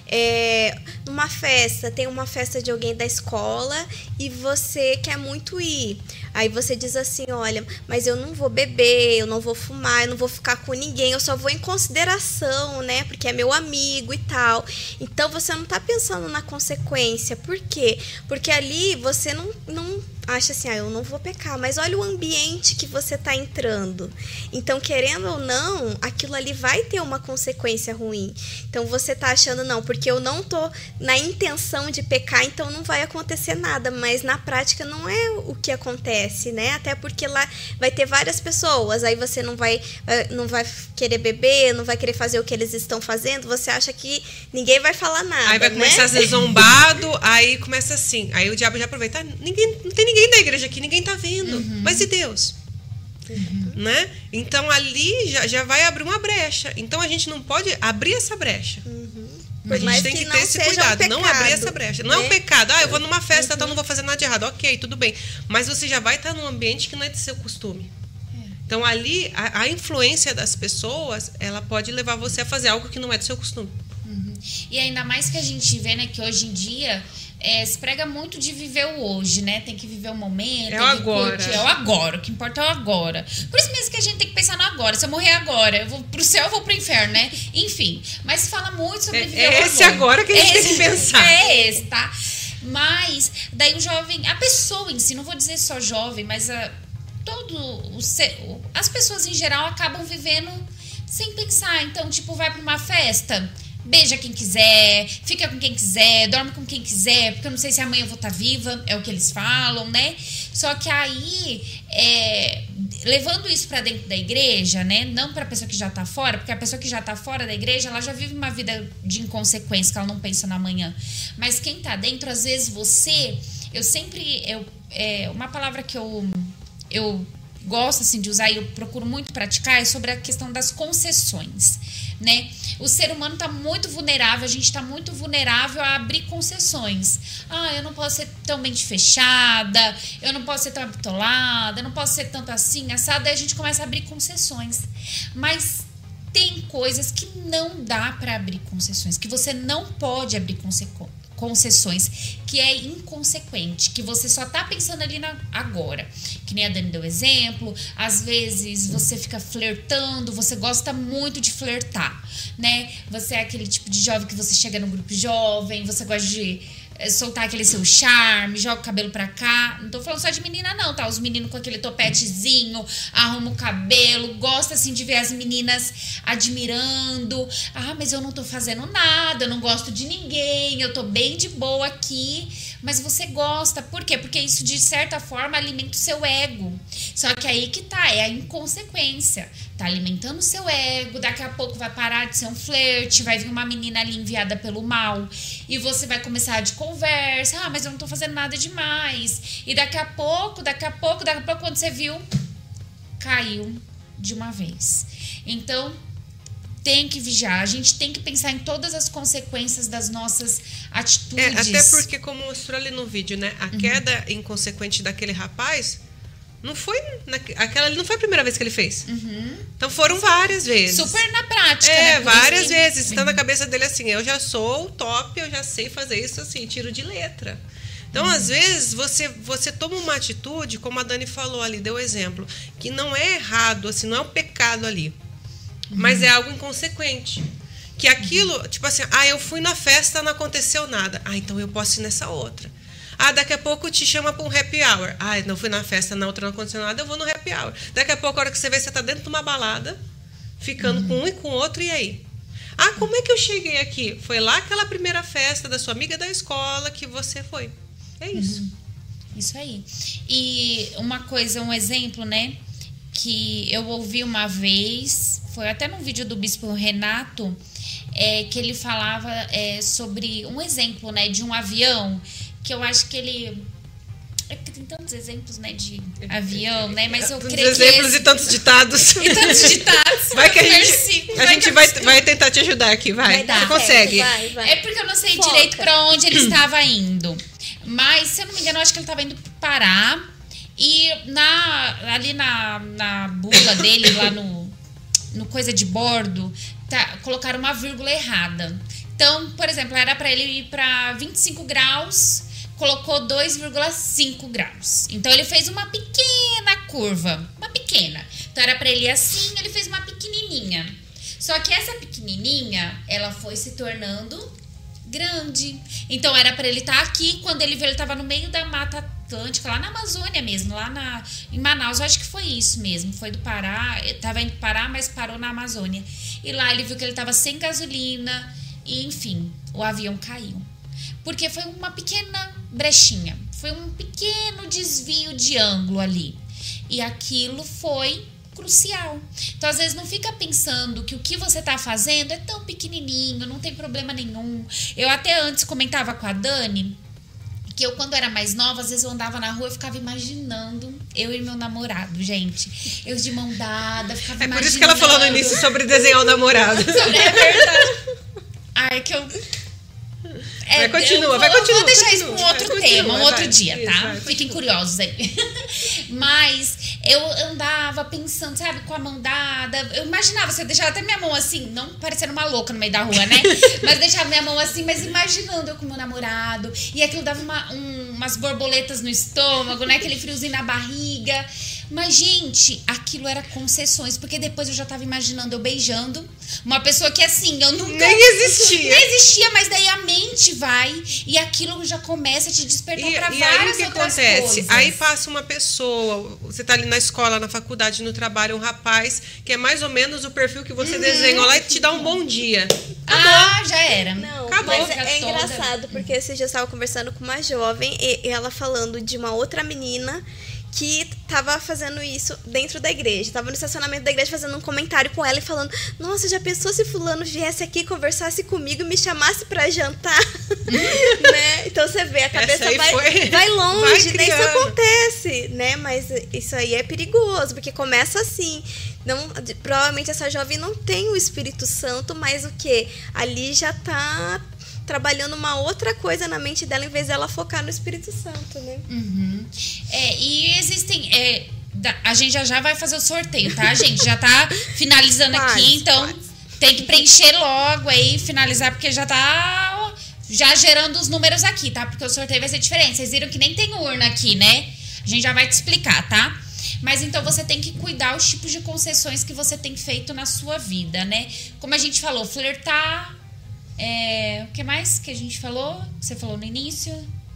É, numa festa, tem uma festa de alguém da escola e você quer muito ir. Aí você diz assim, olha, mas eu não vou beber, eu não vou fumar, eu não vou ficar com ninguém, eu só vou em consideração, né? Porque é meu amigo e tal. Então você não tá pensando na consequência. Por quê? Porque ali você não, não acha assim, ah, eu não vou pecar, mas olha o ambiente que você tá entrando. Então, querendo ou não, aquilo ali vai ter uma consequência ruim. Então você tá achando, não, porque eu não tô na intenção de pecar, então não vai acontecer nada, mas na prática não é o que acontece, né? Até porque lá vai ter várias pessoas, aí você não vai, não vai querer beber, não vai querer fazer o que eles estão fazendo, você acha que ninguém vai falar nada, aí vai começar, né, a ser zombado, aí começa assim, aí o diabo já aproveita, ninguém, não tem ninguém da igreja aqui, ninguém tá vendo, uhum. mas e Deus? Uhum. Né? Então ali já, já vai abrir uma brecha. Então a gente não pode abrir essa brecha. Uhum. A gente Mas tem que, que ter esse cuidado, um pecado, não abrir essa brecha. Não né? é um pecado, ah, eu vou numa festa, uhum. então não vou fazer nada de errado. Ok, tudo bem. Mas você já vai estar num ambiente que não é de seu costume. É. Então ali a, a influência das pessoas, ela pode levar você a fazer algo que não é do seu costume. Uhum. E ainda mais que a gente vê, né, que hoje em dia É, se prega muito de viver o hoje, né? Tem que viver o momento. É o agora. Curtir. É o agora. O que importa é o agora. Por isso mesmo que a gente tem que pensar no agora. Se eu morrer agora, eu vou pro céu, eu vou pro inferno, né? Enfim. Mas se fala muito sobre é, viver é o agora. É esse agora que a gente é tem que pensar. É esse, tá? Mas, daí o jovem... A pessoa em si, não vou dizer só jovem, mas a, todo o, as pessoas em geral acabam vivendo sem pensar. Então, tipo, vai pra uma festa... beija quem quiser, fica com quem quiser, dorme com quem quiser, porque eu não sei se amanhã eu vou estar viva, é o que eles falam, né? Só que aí, é, levando isso pra dentro da igreja, né? Não pra pessoa que já tá fora, porque a pessoa que já tá fora da igreja, ela já vive uma vida de inconsequência, que ela não pensa na manhã. Mas quem tá dentro, às vezes você... Eu sempre... Eu, é, uma palavra que eu... eu gosto assim de usar e eu procuro muito praticar é sobre a questão das concessões, né? O ser humano está muito vulnerável, a gente está muito vulnerável a abrir concessões. Ah, eu não posso ser tão mente fechada, eu não posso ser tão bitolada, eu não posso ser tanto assim, assada, aí a gente começa a abrir concessões. Mas tem coisas que não dá para abrir concessões, que você não pode abrir concessões. concessões, que é inconsequente, que você só tá pensando ali na, agora, que nem a Dani deu exemplo, às vezes você fica flertando, você gosta muito de flertar, né, você é aquele tipo de jovem que você chega no grupo jovem, você gosta de é, soltar aquele seu charme, joga o cabelo pra cá, não tô falando só de menina não, tá, os meninos com aquele topetezinho, arruma o cabelo, gosta assim de ver as meninas admirando, ah, mas eu não tô fazendo nada, eu não gosto de ninguém, eu tô bem de boa aqui, mas você gosta, por quê? Porque isso de certa forma alimenta o seu ego, só que aí que tá, é a inconsequência, tá alimentando o seu ego, daqui a pouco vai parar de ser um flerte, vai vir uma menina ali enviada pelo mal, e você vai começar de conversa, ah, mas eu não tô fazendo nada demais, e daqui a pouco, daqui a pouco, daqui a pouco, quando você viu, caiu de uma vez. Então, tem que vigiar, a gente tem que pensar em todas as consequências das nossas atitudes. É, até porque, como mostrou ali no vídeo, né, a uhum. queda inconsequente daquele rapaz, não foi, na, aquela ali não foi a primeira vez que ele fez. Uhum. Então foram várias vezes. Super na prática, É, né? várias isso, vezes. Está uhum. na cabeça dele assim, eu já sou o top, eu já sei fazer isso assim, tiro de letra. Então, uhum. às vezes, você, você toma uma atitude, como a Dani falou ali, deu exemplo, que não é errado, assim, não é um pecado ali. Uhum. Mas é algo inconsequente. Que aquilo, tipo assim, ah, eu fui na festa, não aconteceu nada. Ah, então eu posso ir nessa outra. Ah, daqui a pouco te chama para um happy hour. Ah, não fui na festa, na outra não aconteceu nada, eu vou no happy hour. Daqui a pouco, a hora que você vê, você tá dentro de uma balada, ficando uhum. com um e com o outro, e aí? Ah, como é que eu cheguei aqui? Foi lá aquela primeira festa da sua amiga da escola que você foi. É isso. Uhum. Isso aí. E uma coisa, um exemplo, né? Que eu ouvi uma vez, foi até num vídeo do Bispo Renato, é, que ele falava é, sobre um exemplo, né? De um avião, que eu acho que ele... É porque tem tantos exemplos, né, de avião, né? Mas eu tantos creio exemplos que... Esse... e tantos ditados. E tantos ditados. Vai que a gente, a gente vai, vai tentar te ajudar aqui, vai. Vai dar, você consegue. vai, vai. É porque eu não sei Foca. direito pra onde ele estava indo. Mas, se eu não me engano, eu acho que ele estava indo pro Pará. E na, ali na, na bula dele, lá no, no coisa de bordo, tá, colocaram uma vírgula errada. Então, por exemplo, era para ele ir para vinte e cinco graus, colocou dois vírgula cinco graus. Então, ele fez uma pequena curva, uma pequena. Então, era para ele ir assim, ele fez uma pequenininha. Só que essa pequenininha, ela foi se tornando grande. Então, era para ele estar aqui, quando ele viu, ele estava no meio da Mata Atlântica, lá na Amazônia mesmo, lá na, em Manaus, eu acho que foi isso mesmo, foi do Pará, estava indo parar, mas parou na Amazônia. E lá ele viu que ele estava sem gasolina, e enfim, o avião caiu. Porque foi uma pequena brechinha, foi um pequeno desvio de ângulo ali. E aquilo foi crucial. Então, às vezes, não fica pensando que o que você tá fazendo é tão pequenininho, não tem problema nenhum. Eu até antes comentava com a Dani que eu, quando era mais nova, às vezes eu andava na rua e ficava imaginando eu e meu namorado, gente. Eu de mão dada, ficava é imaginando. É por isso que ela falou no início sobre desenhar o namorado. É verdade. Ai, que eu... É, vai, continua, vou, vai, continua. Vou deixar continua, isso para um outro vai, tema, continua, um outro vai, dia, isso, tá? vai, Fiquem continua. curiosos aí. Mas eu andava pensando, sabe, com a mão dada. Eu imaginava, você deixava até minha mão assim, não parecendo uma louca no meio da rua, né? Mas deixava minha mão assim, mas imaginando eu com meu namorado. E aquilo dava uma, um, umas borboletas no estômago, né? Aquele friozinho na barriga. Mas, gente, aquilo era concessões, porque depois eu já tava imaginando eu beijando uma pessoa que, assim, eu nunca... Nem existia. Nem existia, mas daí a mente vai e aquilo já começa a te despertar E, pra e várias aí o que outras acontece? coisas. Aí passa uma pessoa, você tá ali na escola, na faculdade, no trabalho, um rapaz que é mais ou menos o perfil que você uhum. desenhou lá e te dá um bom dia. Acabou. Ah, já era. Não, Acabou. mas é, é engraçado, porque esses dias eu estava conversando com uma jovem e, e ela falando de uma outra menina que tava fazendo isso dentro da igreja. Tava no estacionamento da igreja fazendo um comentário com ela e falando: nossa, já pensou se fulano viesse aqui, conversasse comigo e me chamasse pra jantar? Né? Então você vê, a cabeça vai, foi... vai longe, né? Isso acontece, né? Mas isso aí é perigoso, porque começa assim. Não, provavelmente essa jovem não tem o Espírito Santo, mas o que? Ali já tá trabalhando uma outra coisa na mente dela, em vez dela focar no Espírito Santo, né? Uhum. É, e existem... É, a gente já já vai fazer o sorteio, tá, gente? Já tá finalizando quase, aqui, então quase. Tem que preencher logo aí, finalizar, porque já tá já gerando os números aqui, tá? Porque o sorteio vai ser diferente. Vocês viram que nem tem urna aqui, né? A gente já vai te explicar, tá? Mas então você tem que cuidar os tipos de concessões que você tem feito na sua vida, né? Como a gente falou, flertar... É, o que mais que a gente falou? Você falou no início?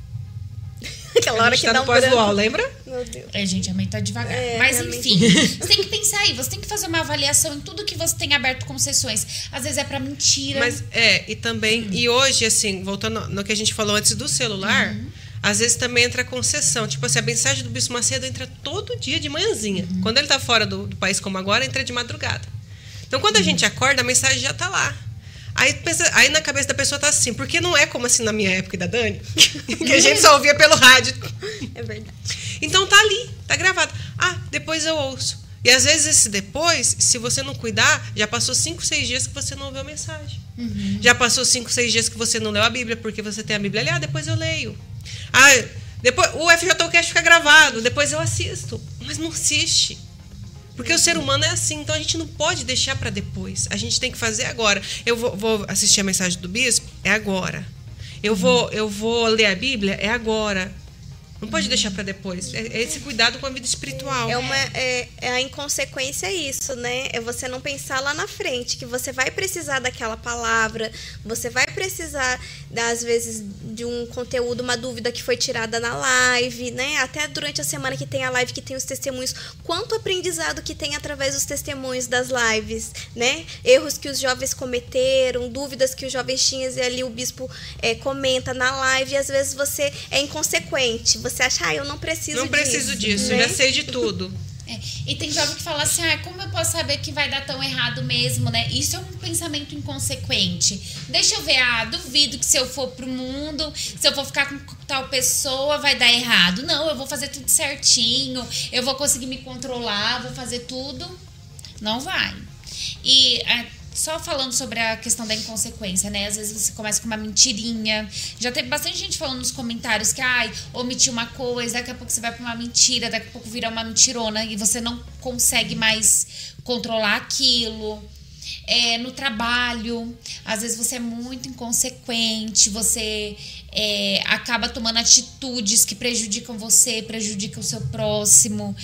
Aquela hora que tá dá um pós-dual, lembra? Meu Deus. É, gente, a mãe tá devagar. É, Mas enfim, mente... você tem que pensar aí, você tem que fazer uma avaliação em tudo que você tem aberto concessões. Às vezes é pra mentira. Mas é, e também, uhum. e hoje, assim, voltando no que a gente falou antes do celular, uhum. às vezes também entra concessão. Tipo assim, a mensagem do Bispo Macedo entra todo dia de manhãzinha. Uhum. Quando ele tá fora do, do país como agora, entra de madrugada. Então, quando a gente acorda, a mensagem já tá lá. Aí, pensa, aí na cabeça da pessoa tá assim, porque não é como assim na minha época e da Dani, que a gente só ouvia pelo rádio. É verdade. Então tá ali, tá gravado. Ah, depois eu ouço. E às vezes esse depois, se você não cuidar, já passou cinco, seis dias que você não ouviu a mensagem. Uhum. Já passou cinco, seis dias que você não leu a Bíblia, porque você tem a Bíblia ali, ah, depois eu leio. Ah, depois, o F J Cast fica gravado, depois eu assisto. Mas não assiste. Porque o ser humano é assim, então a gente não pode deixar para depois. A gente tem que fazer agora. Eu vou, vou assistir a mensagem do bispo, é agora. Eu vou, eu vou ler a Bíblia, é agora. Não pode deixar para depois. É, é esse cuidado com a vida espiritual. É, uma, é, é a inconsequência isso, né? É você não pensar lá na frente, que você vai precisar daquela palavra, você vai precisar, às vezes, de um conteúdo, uma dúvida que foi tirada na live, né? Até durante a semana que tem a live, que tem os testemunhos. Quanto aprendizado que tem através dos testemunhos das lives, né? Erros que os jovens cometeram, dúvidas que os jovens tinham, e ali o bispo é, comenta na live, e às vezes você é inconsequente, você Você acha, ah, eu não preciso disso. Não preciso disso, né? já sei de tudo. É, e tem jovem que fala assim, ah, como eu posso saber que vai dar tão errado mesmo, né? Isso é um pensamento inconsequente. Deixa eu ver, ah, duvido que se eu for pro mundo, se eu for ficar com tal pessoa, vai dar errado. Não, eu vou fazer tudo certinho, eu vou conseguir me controlar, vou fazer tudo. Não vai. E... É, só falando sobre a questão da inconsequência, né? Às vezes você começa com uma mentirinha. Já teve bastante gente falando nos comentários que, ai, omitiu uma coisa, daqui a pouco você vai pra uma mentira, daqui a pouco vira uma mentirona e você não consegue mais controlar aquilo. É, no trabalho, às vezes você é muito inconsequente, você é, acaba tomando atitudes que prejudicam você, prejudicam o seu próximo,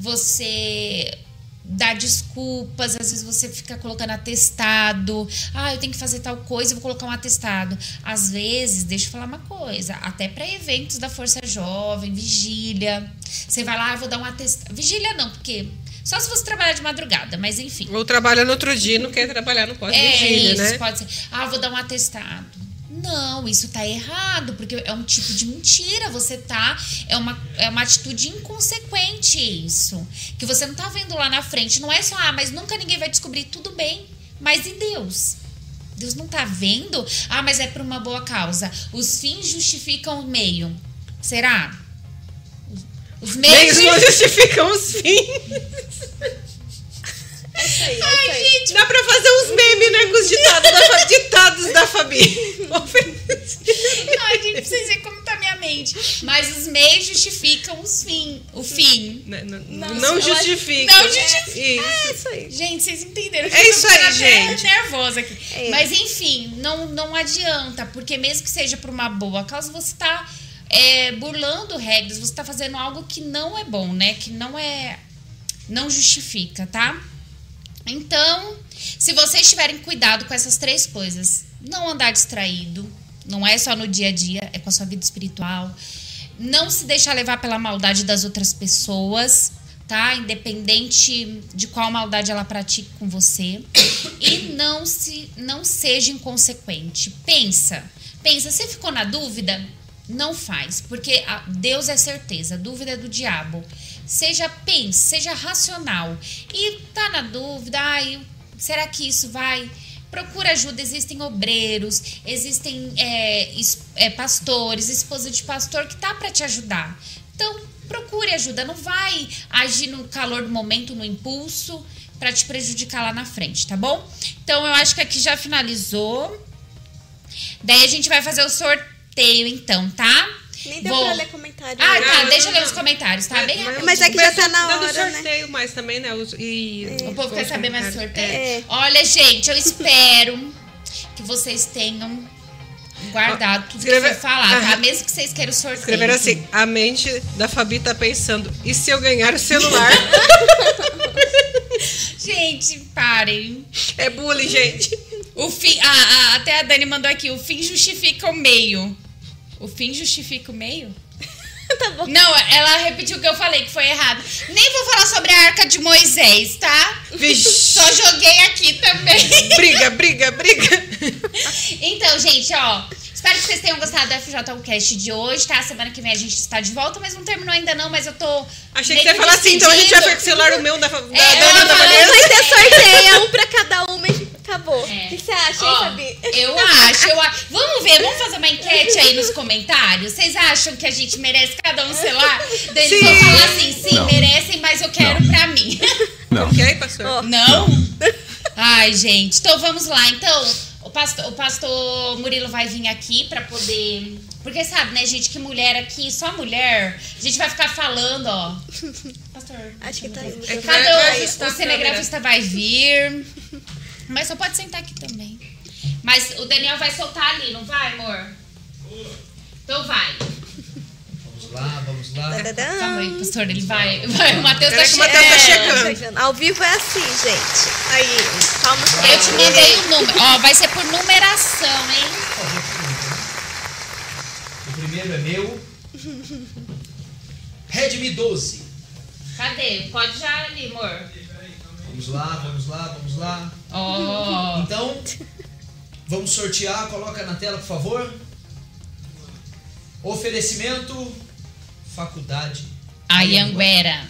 você... dá desculpas, às vezes você fica colocando atestado, ah, eu tenho que fazer tal coisa, eu vou colocar um atestado. Às vezes, deixa eu falar uma coisa, até para eventos da Força Jovem, vigília, você vai lá, eu vou dar um atestado. Vigília não, porque só se você trabalhar de madrugada, mas enfim. Ou trabalha no outro dia e não quer trabalhar no pós-vigília, é, isso, né? Pode ser. Ah, eu vou dar um atestado. Não, isso tá errado, porque é um tipo de mentira, você tá, é uma, é uma atitude inconsequente isso, que você não tá vendo lá na frente, não é só, ah, mas nunca ninguém vai descobrir, tudo bem, mas e Deus? Deus não tá vendo? Ah, mas é por uma boa causa, os fins justificam o meio, será? Os meios não justificam os fins. É isso aí, é Ai, isso aí. gente, dá pra fazer uns memes, né, com os ditados da, ditados da Fabi. Ai, gente, pra vocês verem como tá minha mente. Mas os meios justificam os fim, o fim. Não, não, Não, não justifica. Não justifica. Isso. É isso aí. Gente, vocês entenderam? É isso aí, eu tô gente. nervosa aqui. É. Mas enfim, não, não adianta, porque mesmo que seja por uma boa causa, você tá é, burlando regras, você tá fazendo algo que não é bom, né? Que não é não justifica, tá? Então, se vocês tiverem cuidado com essas três coisas, não andar distraído, não é só no dia a dia, é com a sua vida espiritual, não se deixar levar pela maldade das outras pessoas, tá? Independente de qual maldade ela pratique com você, e não se não seja inconsequente. Pensa, pensa, você ficou na dúvida? Não faz, porque a Deus é certeza, a dúvida é do diabo. Seja, pense, seja racional. E tá na dúvida, ai, será que isso vai? Procura ajuda, existem obreiros, existem é, es, é, pastores, esposa de pastor que tá para te ajudar. Então, procure ajuda, não vai agir no calor do momento, no impulso, para te prejudicar lá na frente, tá bom? Então, eu acho que aqui já finalizou. Daí a gente vai fazer o sorteio, então, tá? Nem deu Vou... pra ler comentário. Ah, né? tá, não, deixa eu não, ler os comentários, tá? Mas, Bem mas, Mas é que já tá na dando hora, né? sorteio mais também, né? Os- E, O povo quer saber mais do sorteio? É. Olha, gente, eu espero que vocês tenham guardado tudo Escreve- que foi falar, tá? Ah. Mesmo que vocês queiram sorteio. Escreveram assim, a mente da Fabi tá pensando, e se eu ganhar o celular? Gente, parem. É bullying, gente. O fim, ah, ah, até a Dani mandou aqui, o fim justifica o meio. O fim justifica o meio? Tá bom. Não, ela repetiu o que eu falei, que foi errado. Nem vou falar sobre a Arca de Moisés, tá? Vixe. Só joguei aqui também. Briga, briga, briga. Então, gente, ó, espero que vocês tenham gostado do F J Cast de hoje, tá? Semana que vem a gente está de volta, mas não terminou ainda não, mas eu tô... Achei que meio você ia falar assim, então a gente vai despedindo. cancelar o meu da, da É, Dani eu da ia falar Vanessa. Vai ter sorteio, um pra cada uma e acabou. É. O que você acha, Ó, hein, Fabi? eu acho, eu acho. Vamos ver, vamos fazer uma enquete aí nos comentários. Vocês acham que a gente merece cada um celular? Daí eles vão Sim. falar assim, sim, Não. merecem, mas eu quero pra mim. Não. Como que é, pastor? Ó. Não? Ai, gente. Então vamos lá. Então, o pastor, o pastor Murilo vai vir aqui pra poder... Porque sabe, né, gente, que mulher aqui, só mulher, a gente vai ficar falando, ó. Pastor. Acho que tá aí. É que vai- Cadê vai o, ajustar o a cinegrafista vai vir. Mas só pode sentar aqui também. Mas o Daniel vai soltar ali, não vai, amor? Então vai. Vamos lá, vamos lá. Tadadã. Calma aí, pastor, ele vai. vai. O Matheus tá Peraí que o Matheus tá chegando. chegando. Ao vivo é assim, gente. Aí, calma. Eu te mandei o número. Ó, vai ser por numeração, hein? O primeiro é meu. Redmi doze. Cadê? Pode já ali, amor. Vamos lá, vamos lá, vamos lá. Ó. Então, vamos sortear. Coloca na tela, por favor. Oferecimento Faculdade Anhanguera.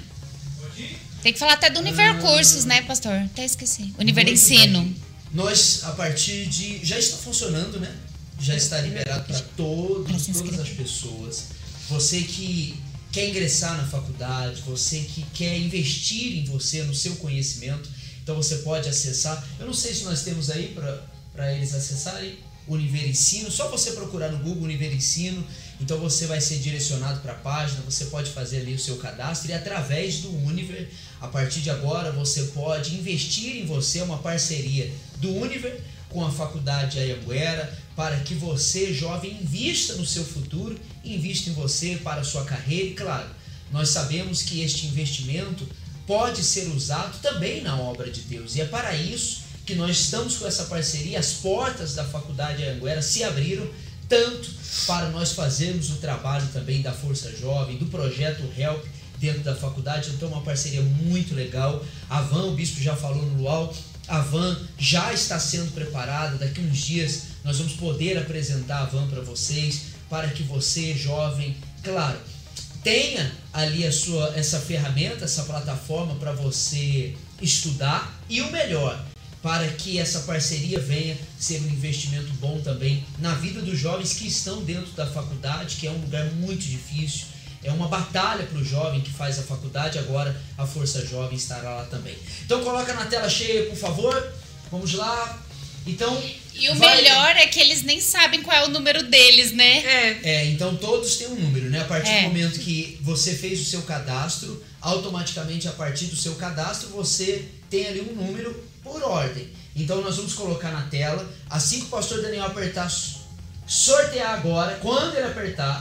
Tem que falar até do Univer Cursos, né, pastor? Até esqueci. Univer Muito Ensino. bem. Nós, a partir de... Já está funcionando, né? Já está liberado para Pra todos, se todas inscrever. as pessoas. Você que quer ingressar na faculdade, você que quer investir em você, no seu conhecimento, então você pode acessar. Eu não sei se nós temos aí para eles acessarem. Univer Ensino, só você procurar no Google Univer Ensino, então você vai ser direcionado para a página, você pode fazer ali o seu cadastro e através do Univer, a partir de agora você pode investir em você, uma parceria do Univer com a Faculdade Anhanguera, para que você, jovem, invista no seu futuro, invista em você para a sua carreira e, claro, nós sabemos que este investimento pode ser usado também na obra de Deus e é para isso que nós estamos com essa parceria. As portas da Faculdade Anhanguera se abriram tanto para nós fazermos o trabalho também da Força Jovem, do projeto Help dentro da faculdade. Então uma parceria muito legal. A Van, o bispo já falou no Luau, a Van já está sendo preparada. Daqui uns dias nós vamos poder apresentar a Van para vocês, para que você, jovem, claro, tenha ali a sua, essa ferramenta, essa plataforma para você estudar e o melhor, para que essa parceria venha ser um investimento bom também na vida dos jovens que estão dentro da faculdade, que é um lugar muito difícil, é uma batalha para o jovem que faz a faculdade, agora a Força Jovem estará lá também. Então coloca na tela cheia, por favor, vamos lá. Então, E o vai- melhor é que eles nem sabem qual é o número deles, né? É. É, então todos têm um número, né? A partir É. do momento que você fez o seu cadastro, automaticamente a partir do seu cadastro você tem ali um número por ordem. Então nós vamos colocar na tela, assim que o pastor Daniel apertar sortear agora, quando ele apertar,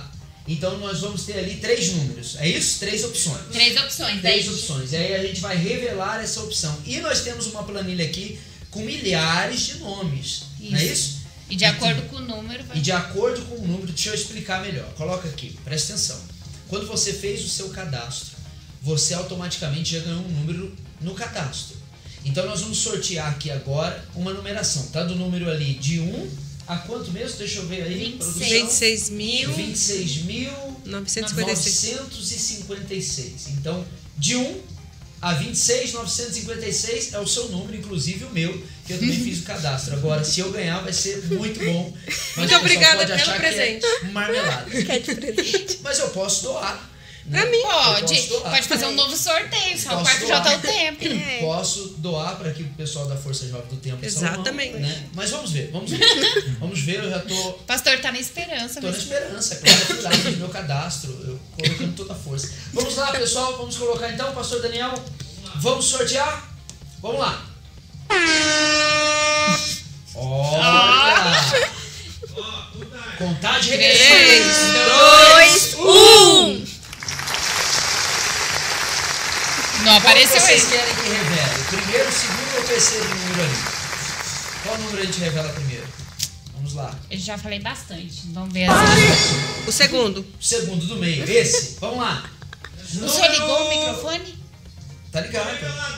Então nós vamos ter ali três números. É isso? Três opções. Três opções. Três daí. opções. E aí a gente vai revelar essa opção. E nós temos uma planilha aqui com milhares de nomes. Isso. Não é isso? E de acordo com o número... Vai... E de acordo com o número, deixa eu explicar melhor. Coloca aqui, presta atenção. Quando você fez o seu cadastro, você automaticamente já ganhou um número no cadastro. Então nós vamos sortear aqui agora uma numeração. Tá do número ali de um a quanto mesmo? Deixa eu ver aí. vinte e seis mil. vinte e seis mil novecentos e cinquenta e seis. Então, de um a vinte e seis mil novecentos e cinquenta e seis é o seu número, inclusive o meu, que eu também fiz o cadastro. Agora, se eu ganhar, vai ser muito bom. Mas muito obrigada pode pelo achar presente. Que é marmelada. Quer de presente. Mas eu posso doar. Pra mim. Pode, pode fazer um novo sorteio, só o quarto J ao tempo. É. Posso doar para que o pessoal da Força Jovem do Tempo Exatamente. Salomão, né? Mas vamos ver, vamos ver. Vamos ver, eu já tô... O pastor tá na esperança. Tô na mas... esperança, claro, eu fui lá, fiz meu cadastro, eu colocando toda a força. Vamos lá, pessoal, vamos colocar então, pastor Daniel, vamos sortear? Vamos lá. Olha! Contagem regressiva. três, dois, um. Não apareceu Qual vocês aí. querem que revele? Primeiro, segundo ou terceiro número ali? Qual número a gente revela primeiro? Vamos lá. Eu já falei bastante. Vamos ver as... O segundo. O segundo do meio. Esse? Vamos lá. O senhor ligou o microfone? Tá ligado?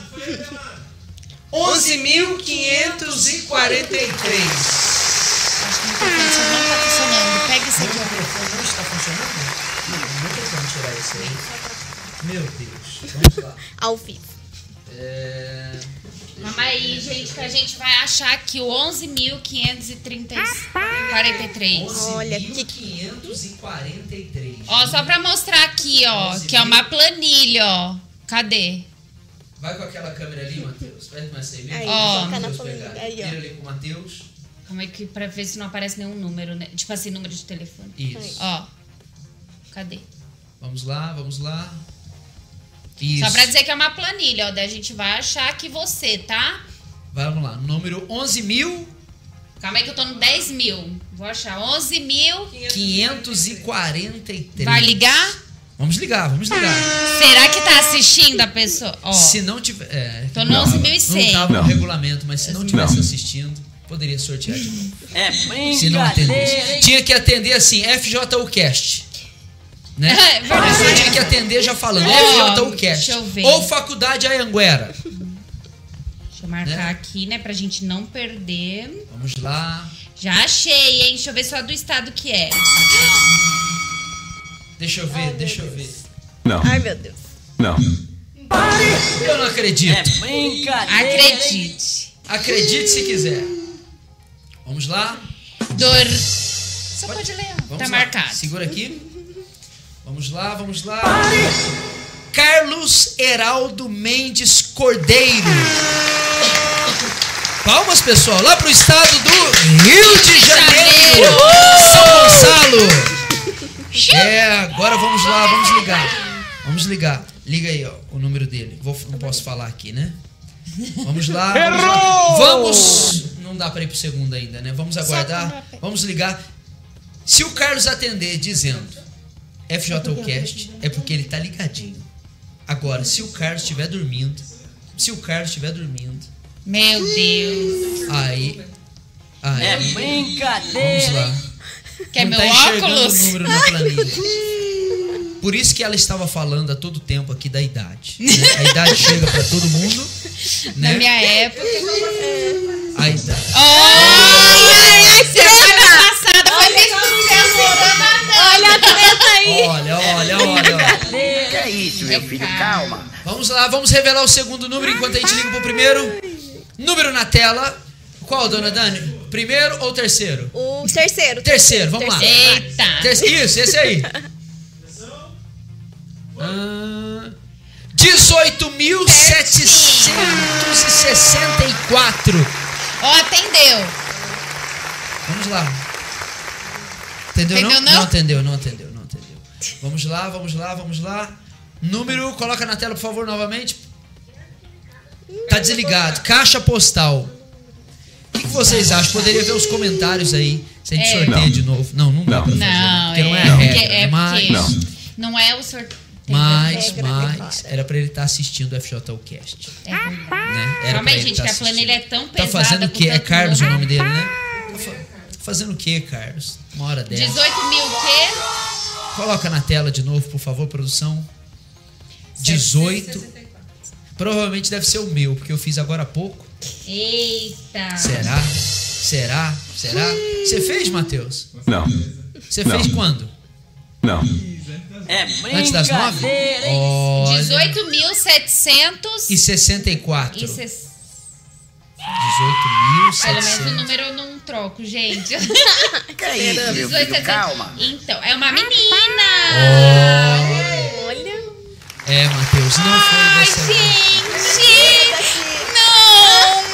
onze mil quinhentos e quarenta e três. Acho que o microfone só não tá funcionando. Pega esse Meu aqui. microfone não está funcionando? Não tem como tirar isso aí. Meu Deus. Vamos lá. Ao vivo. É... Calma aí, gente, que a gente vai achar aqui o onze mil quinhentos e quarenta e três. Olha, onze mil quinhentos e quarenta e três. Ó, só pra mostrar aqui, ó, que é uma planilha, ó. Cadê? Vai com aquela câmera ali, Matheus. Vai com essa aí mesmo. Aí, Ó. foca na Matheus família. pegar. Aí, ó. Vira ali com o Matheus. Calma aí, que pra ver se não aparece nenhum número, né? Tipo assim, número de telefone. Isso. Ó. Cadê? Vamos lá, vamos lá. Isso. Só pra dizer que é uma planilha, ó. Daí a gente vai achar que você, tá? Vamos lá. Número onze mil Calma aí que eu tô no dez mil. Vou achar onze mil. quinhentos e quarenta e três. Vai ligar? Vamos ligar, vamos ligar. Será que tá assistindo a pessoa? Ó. Se não tiver... É, Tô no não, onze mil e cem. Não tava no Não. regulamento, mas se não tivesse assistindo, poderia sortear de novo. É Se não atendesse. brincadeira, hein? Tinha que atender assim, F J U Cast. Né? É verdade. Você tinha que atender já falando, Ó, F J U Cast. deixa eu ver. Ou Faculdade Anhanguera. Deixa eu marcar Né? aqui, né? Pra gente não perder. Vamos lá. Já achei, hein? Deixa eu ver só do estado que é. Deixa eu ver, deixa eu ver. Não, Ai, meu Deus. não. Eu não acredito. É brincadeira, hein? Acredite. Acredite se quiser. Vamos lá. Dor. Só pode ler. Vamos Tá lá. marcado. Segura aqui. Vamos lá, vamos lá. Carlos Heraldo Mendes Cordeiro. Palmas, pessoal. Lá pro estado do Rio de Janeiro. São Gonçalo. É, agora vamos lá, vamos ligar. Vamos ligar. Liga aí, ó, o número dele. Vou, não posso falar aqui, né? Vamos lá. Vamos lá. Vamos. Não dá pra ir pro segundo ainda, né? Vamos aguardar. Vamos ligar. Se o Carlos atender dizendo F J U Cast, é porque ele tá ligadinho. Agora, se o Carlos estiver dormindo, se o Carlos estiver dormindo, Meu Deus. aí, aí, É vamos brincadeira, lá. hein? Quer Não meu tá enxergando óculos? o número na planilha. Por isso que ela estava falando a todo tempo aqui da idade. Né? A idade chega pra todo mundo, né? Na minha época. A idade. Ai, ai, semana passada foi mesmo Olha a treta aí. Olha, olha, olha, olha. Que é isso, meu filho? Calma. Vamos lá, vamos revelar o segundo número enquanto a gente liga pro primeiro. Número na tela. Qual, dona Dani? Primeiro ou terceiro? O terceiro. Terceiro, vamos lá. Eita. Terce- Isso, esse aí. Ah, dezoito mil setecentos e sessenta e quatro. Ó, atendeu. Vamos lá. Entendeu, Entendeu, não? não? atendeu, não atendeu, não atendeu. Vamos lá, vamos lá, vamos lá. Número, coloca na tela, por favor, novamente. Tá desligado. Caixa postal. O que que vocês acham? Poderia ver os comentários aí. Se a gente É. sorteia Não. de novo. Não, não dá Não. pra fazer. Não, porque não é é, a porque- regra. é mas, porque Não. não é o sorteio. mas, regra, é mas clara. era pra ele estar assistindo o F J U Cast. É verdade. Né? Era Calma pra aí, ele gente, tá que a planilha é tão Tá pesada. fazendo o com quê? É tanto Carlos o número. nome dele, né? Tá fa- fazendo o quê, Carlos? Uma hora dessa. dezoito mil o quê? Coloca na tela de novo, por favor, produção. dezoito. Provavelmente deve ser o meu, porque eu fiz agora há pouco. Eita. Será? Será? Será? Você fez, Matheus? Não. Você Não. fez quando? Não. É Antes das nove? brincadeira, hein? Olha. dezoito mil setecentos E sessenta e quatro. e ses- dezoito mil Pelo menos o setecentos. número eu não troco, gente. Que isso, meu filho, calma. Então, é uma menina. Olha. É, Matheus, não foi Ai, dessa vez. gente. Não.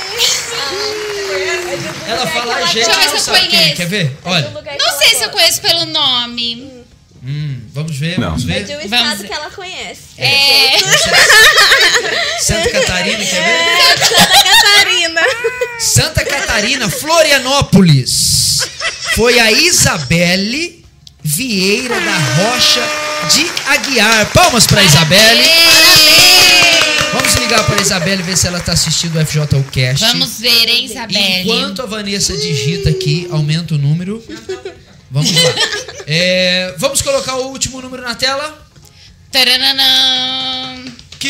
Ela fala, Deixa gente, eu ver não se eu sabe quem é. conheço. Quer ver? Olha. Não sei se eu conheço pelo nome. Hum, vamos ver, Não. vamos É ver. de um Vamos estado ver. que ela conhece. É. Santa Catarina, quer ver? Santa Catarina. Santa Catarina, Florianópolis. Foi a Isabelle Vieira da Rocha de Aguiar. Palmas pra Isabelle. Vamos ligar para a Isabelle e ver se ela tá assistindo o F J U Cast. Vamos ver, hein, Isabelle? Enquanto a Vanessa digita aqui, aumenta o número. Vamos lá. É, vamos colocar o último número na tela. Tarananã.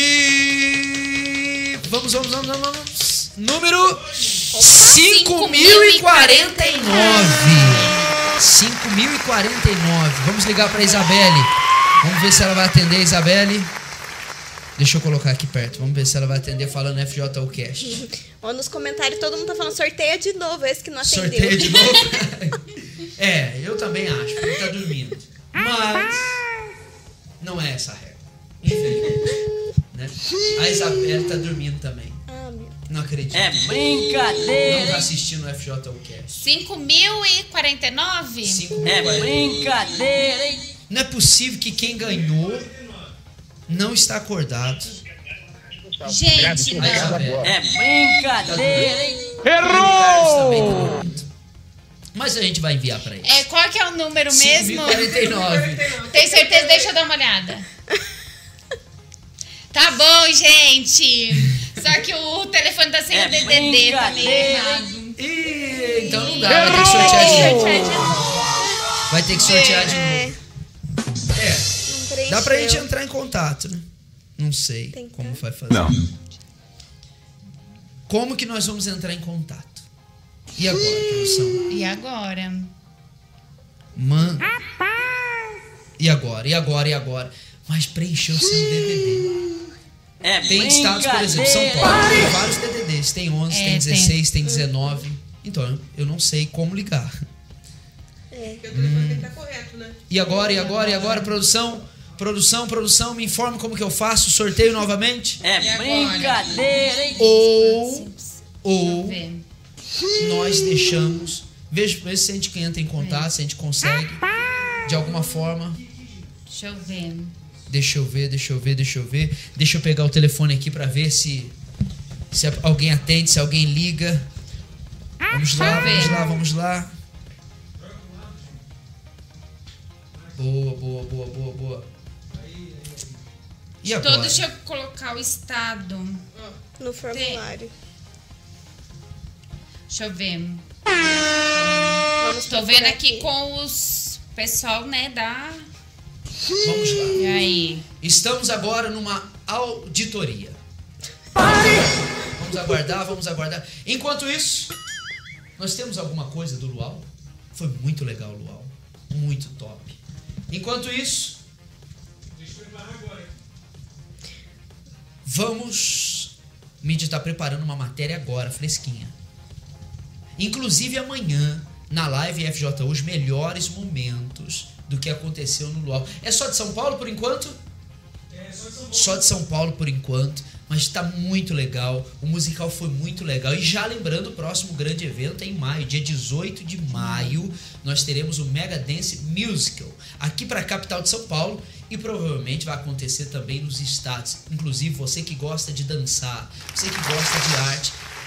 Que. Vamos, vamos, vamos, vamos. vamos. Número cinco mil e quarenta e nove. cinco mil e quarenta e nove. Vamos ligar para a Isabelle. Vamos ver se ela vai atender, Isabelle. Deixa eu colocar aqui perto. Vamos ver se ela vai atender falando F J U Cast. Ó, nos comentários todo mundo tá falando sorteia de novo, esse que não atendeu. Sorteio de novo? É, eu também acho, porque ele tá dormindo. Mas não é essa a regra. Infelizmente. Né? A Isabelle tá dormindo também. Ah, meu. Não acredito. É Não brincadeira, tá hein? assistindo o F J U Cast. cinco mil e quarenta e nove? cinco mil É e quarenta. brincadeira, hein? Não é possível que quem ganhou não está acordado. Gente, A não. Isabelle. É brincadeira, hein? O Carlos também tá dormindo. Mas a gente vai enviar pra eles. É, qual que é o número cinco mesmo? mil e quarenta e nove. Tem certeza? Deixa eu dar uma olhada. Tá bom, gente. Só que o telefone tá sem É o D D D, tá meio brincadeira, errado. Ih, então não dá, vai ter que sortear de novo. Vai ter que sortear de É, novo. É, não preencheu. dá pra gente entrar em contato, né? Não sei Tem que como tá. vai fazer. Não. Como que nós vamos entrar em contato? E agora, produção? E agora? Mano. E agora? E agora? E agora? Mas preencheu sem o D D D. É Tem estados, por exemplo, São Paulo, tem vários D D Ds. Tem onze, É, tem dezesseis, tem dezenove. Então, eu não sei como ligar. Porque o telefone tem que estar correto, né? E agora, e agora, e agora, produção? Produção, produção, me informe como que eu faço. Sorteio novamente? É brincadeira, hein? Ou, ou Vê. nós deixamos... Veja veja se a gente entra em contato, se a gente consegue, de alguma forma... Deixa eu ver. Deixa eu ver, deixa eu ver, deixa eu ver. Deixa eu pegar o telefone aqui pra ver se, se alguém atende, se alguém liga. Vamos lá, vamos lá, vamos lá. Boa, boa, boa, boa, boa. E agora? Todo, deixa eu colocar o estado. No formulário. Deixa eu ver. Vamos Tô procurar vendo aqui com os pessoal, né, da... Vamos lá. E aí? Estamos agora numa auditoria. Vamos aguardar, vamos aguardar. Enquanto isso, nós temos alguma coisa do Luau? Foi muito legal o Luau. Muito top. Enquanto isso, vamos... O Mídia está preparando uma matéria agora, fresquinha. Inclusive amanhã, na live F J U, os melhores momentos do que aconteceu no Luau. É só de São Paulo por enquanto? É, só de São Paulo. Só de São Paulo por enquanto, mas tá muito legal. O musical foi muito legal. E já lembrando, o próximo grande evento é em maio, dia dezoito de maio, nós teremos o Mega Dance Musical aqui para a capital de São Paulo e provavelmente vai acontecer também nos estados. Inclusive, você que gosta de dançar, você que gosta de arte,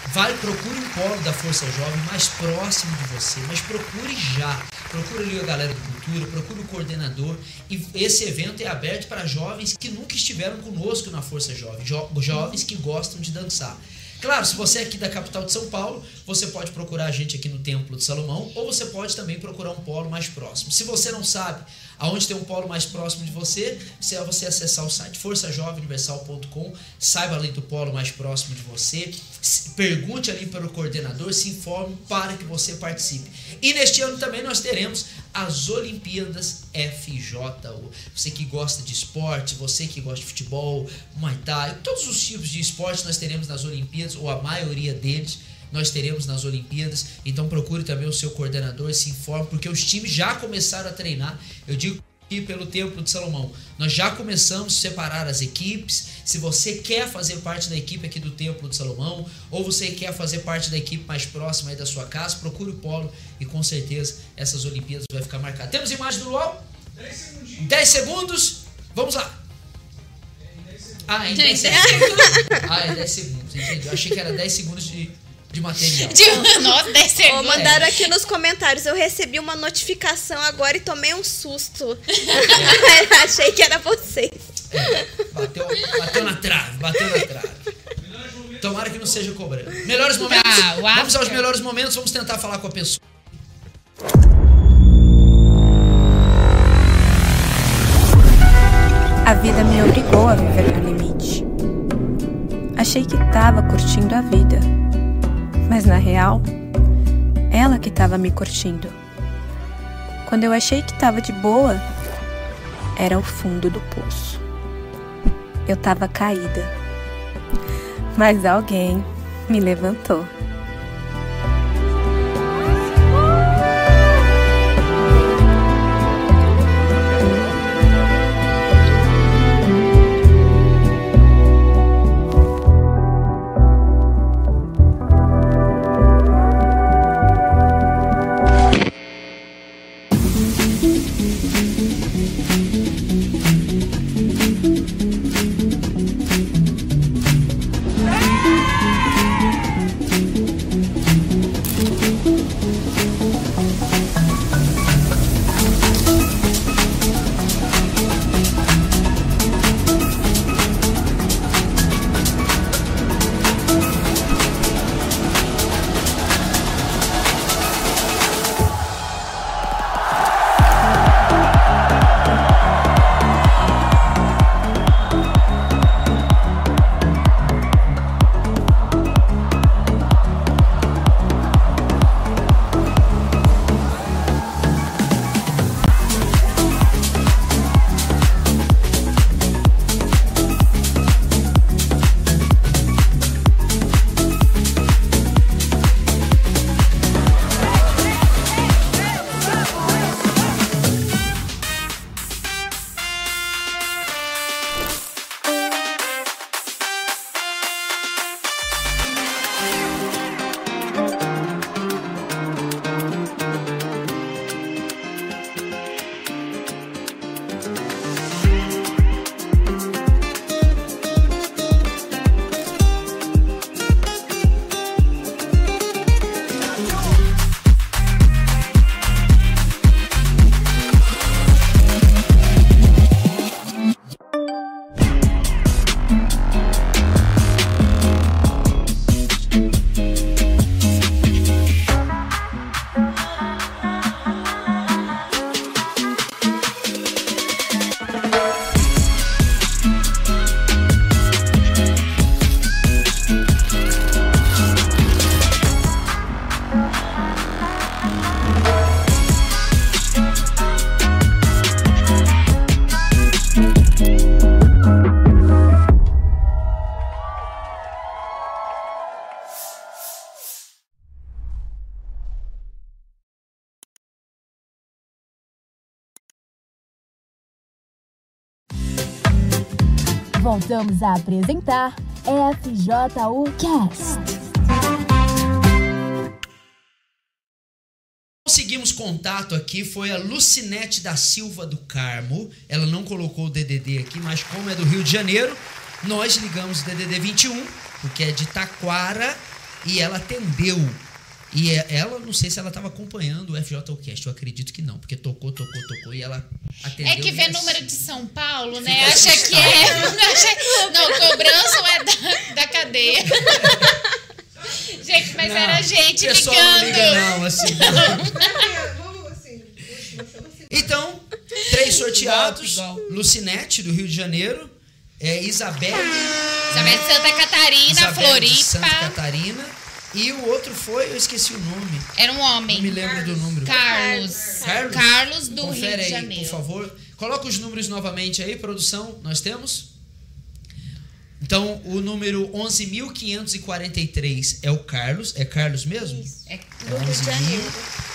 vai, procure um polo da Força Jovem mais próximo de você, mas procure já. Procure ali a galera do Cultura, procure o coordenador. E esse evento é aberto para jovens que nunca estiveram conosco na Força Jovem, jo- jovens que gostam de dançar. Claro, se você é aqui da capital de São Paulo, você pode procurar a gente aqui no Templo de Salomão, ou você pode também procurar um polo mais próximo. Se você não sabe aonde tem um polo mais próximo de você, é você acessar o site força jovem universal ponto com, saiba ali do polo mais próximo de você, pergunte ali para o coordenador, se informe para que você participe. E neste ano também nós teremos as Olimpíadas F J U. Você que gosta de esporte, você que gosta de futebol, Muay Thai, todos os tipos de esporte nós teremos nas Olimpíadas, ou a maioria deles nós teremos nas Olimpíadas. Então procure também o seu coordenador, se informe, porque os times já começaram a treinar. Eu digo que pelo Templo de Salomão, nós já começamos a separar as equipes. Se você quer fazer parte da equipe aqui do Templo de Salomão, ou você quer fazer parte da equipe mais próxima aí da sua casa, procure o polo e com certeza essas Olimpíadas vai ficar marcadas. Temos imagem do Luau? dez segundos. Vamos lá. Ah, em dez segundos. Ah, é dez segundos, entendi. Eu achei que era dez segundos de, de material. De, nossa, dez segundos. Oh, mandaram aqui nos comentários, eu recebi uma notificação agora e tomei um susto. Achei que era vocês. É, bateu, bateu na trave, bateu na trave. Tomara que não seja cobrando. Melhores momentos. Ah, o vamos aos after. melhores momentos, vamos tentar falar com a pessoa. A vida me obrigou a viver no limite. Achei que tava curtindo a vida, mas na real, ela que tava me curtindo. Quando eu achei que tava de boa, era o fundo do poço. Eu tava caída, mas alguém me levantou. Voltamos a apresentar F J U Cast. Conseguimos contato aqui, foi a Lucinete da Silva do Carmo. Ela não colocou o D D D aqui, mas como é do Rio de Janeiro, nós ligamos o D D D vinte e um, porque é de Taquara, e ela atendeu. E ela, não sei se ela estava acompanhando o F J O Cast, eu acredito que não, porque tocou, tocou, tocou e ela atendeu. É que vê assim, número de São Paulo, né? Acha assustado. que é. Não, cobrança é da, da cadeia. Gente, mas não, era a gente ligando. Não liga, não, assim. Não. Então, três sorteados: Lucinete, do Rio de Janeiro, é, Isabelle. Isabelle de Santa Catarina, Isabelle Floripa. De Santa Catarina. E o outro foi, eu esqueci o nome. Era um homem. Não me lembro Carlos. do número. Carlos. Carlos, Carlos do Confere Rio de aí, Janeiro. por favor. Coloca os números novamente aí, produção. Nós temos? Então, o número onze mil quinhentos e quarenta e três é o Carlos. É Carlos mesmo? Isso. É do Rio de Janeiro.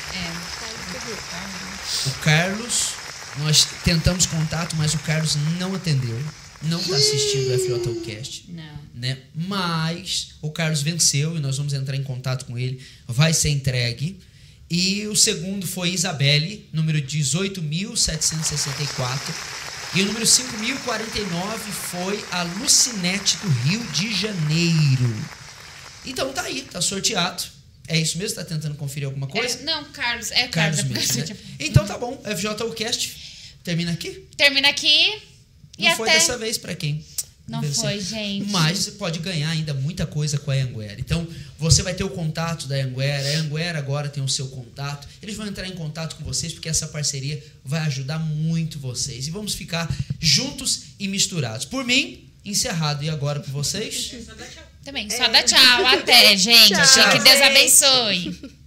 É. O Carlos, nós tentamos contato, mas o Carlos não atendeu. Não está assistindo o F J O Cast. Não. Né? Mas o Carlos venceu e nós vamos entrar em contato com ele. Vai ser entregue. E o segundo foi Isabelle, número dezoito mil setecentos e sessenta e quatro. E o número cinco mil e quarenta e nove foi a Lucinete, do Rio de Janeiro. Então tá aí, tá sorteado. É isso mesmo? Tá tentando conferir alguma coisa? É, não, Carlos. É Carlos, Carlos mesmo, né? Então tá bom, F J O Cast termina aqui? Termina aqui. E Não até... foi dessa vez pra quem? Não foi, gente. Mas você pode ganhar ainda muita coisa com a Anhanguera. Então, você vai ter o contato da Anhanguera. A Anhanguera agora tem o seu contato. Eles vão entrar em contato com vocês, porque essa parceria vai ajudar muito vocês. E vamos ficar juntos e misturados. Por mim, encerrado. E agora por vocês? Também, só dá tchau. Até, gente. Tchau. Que Deus abençoe.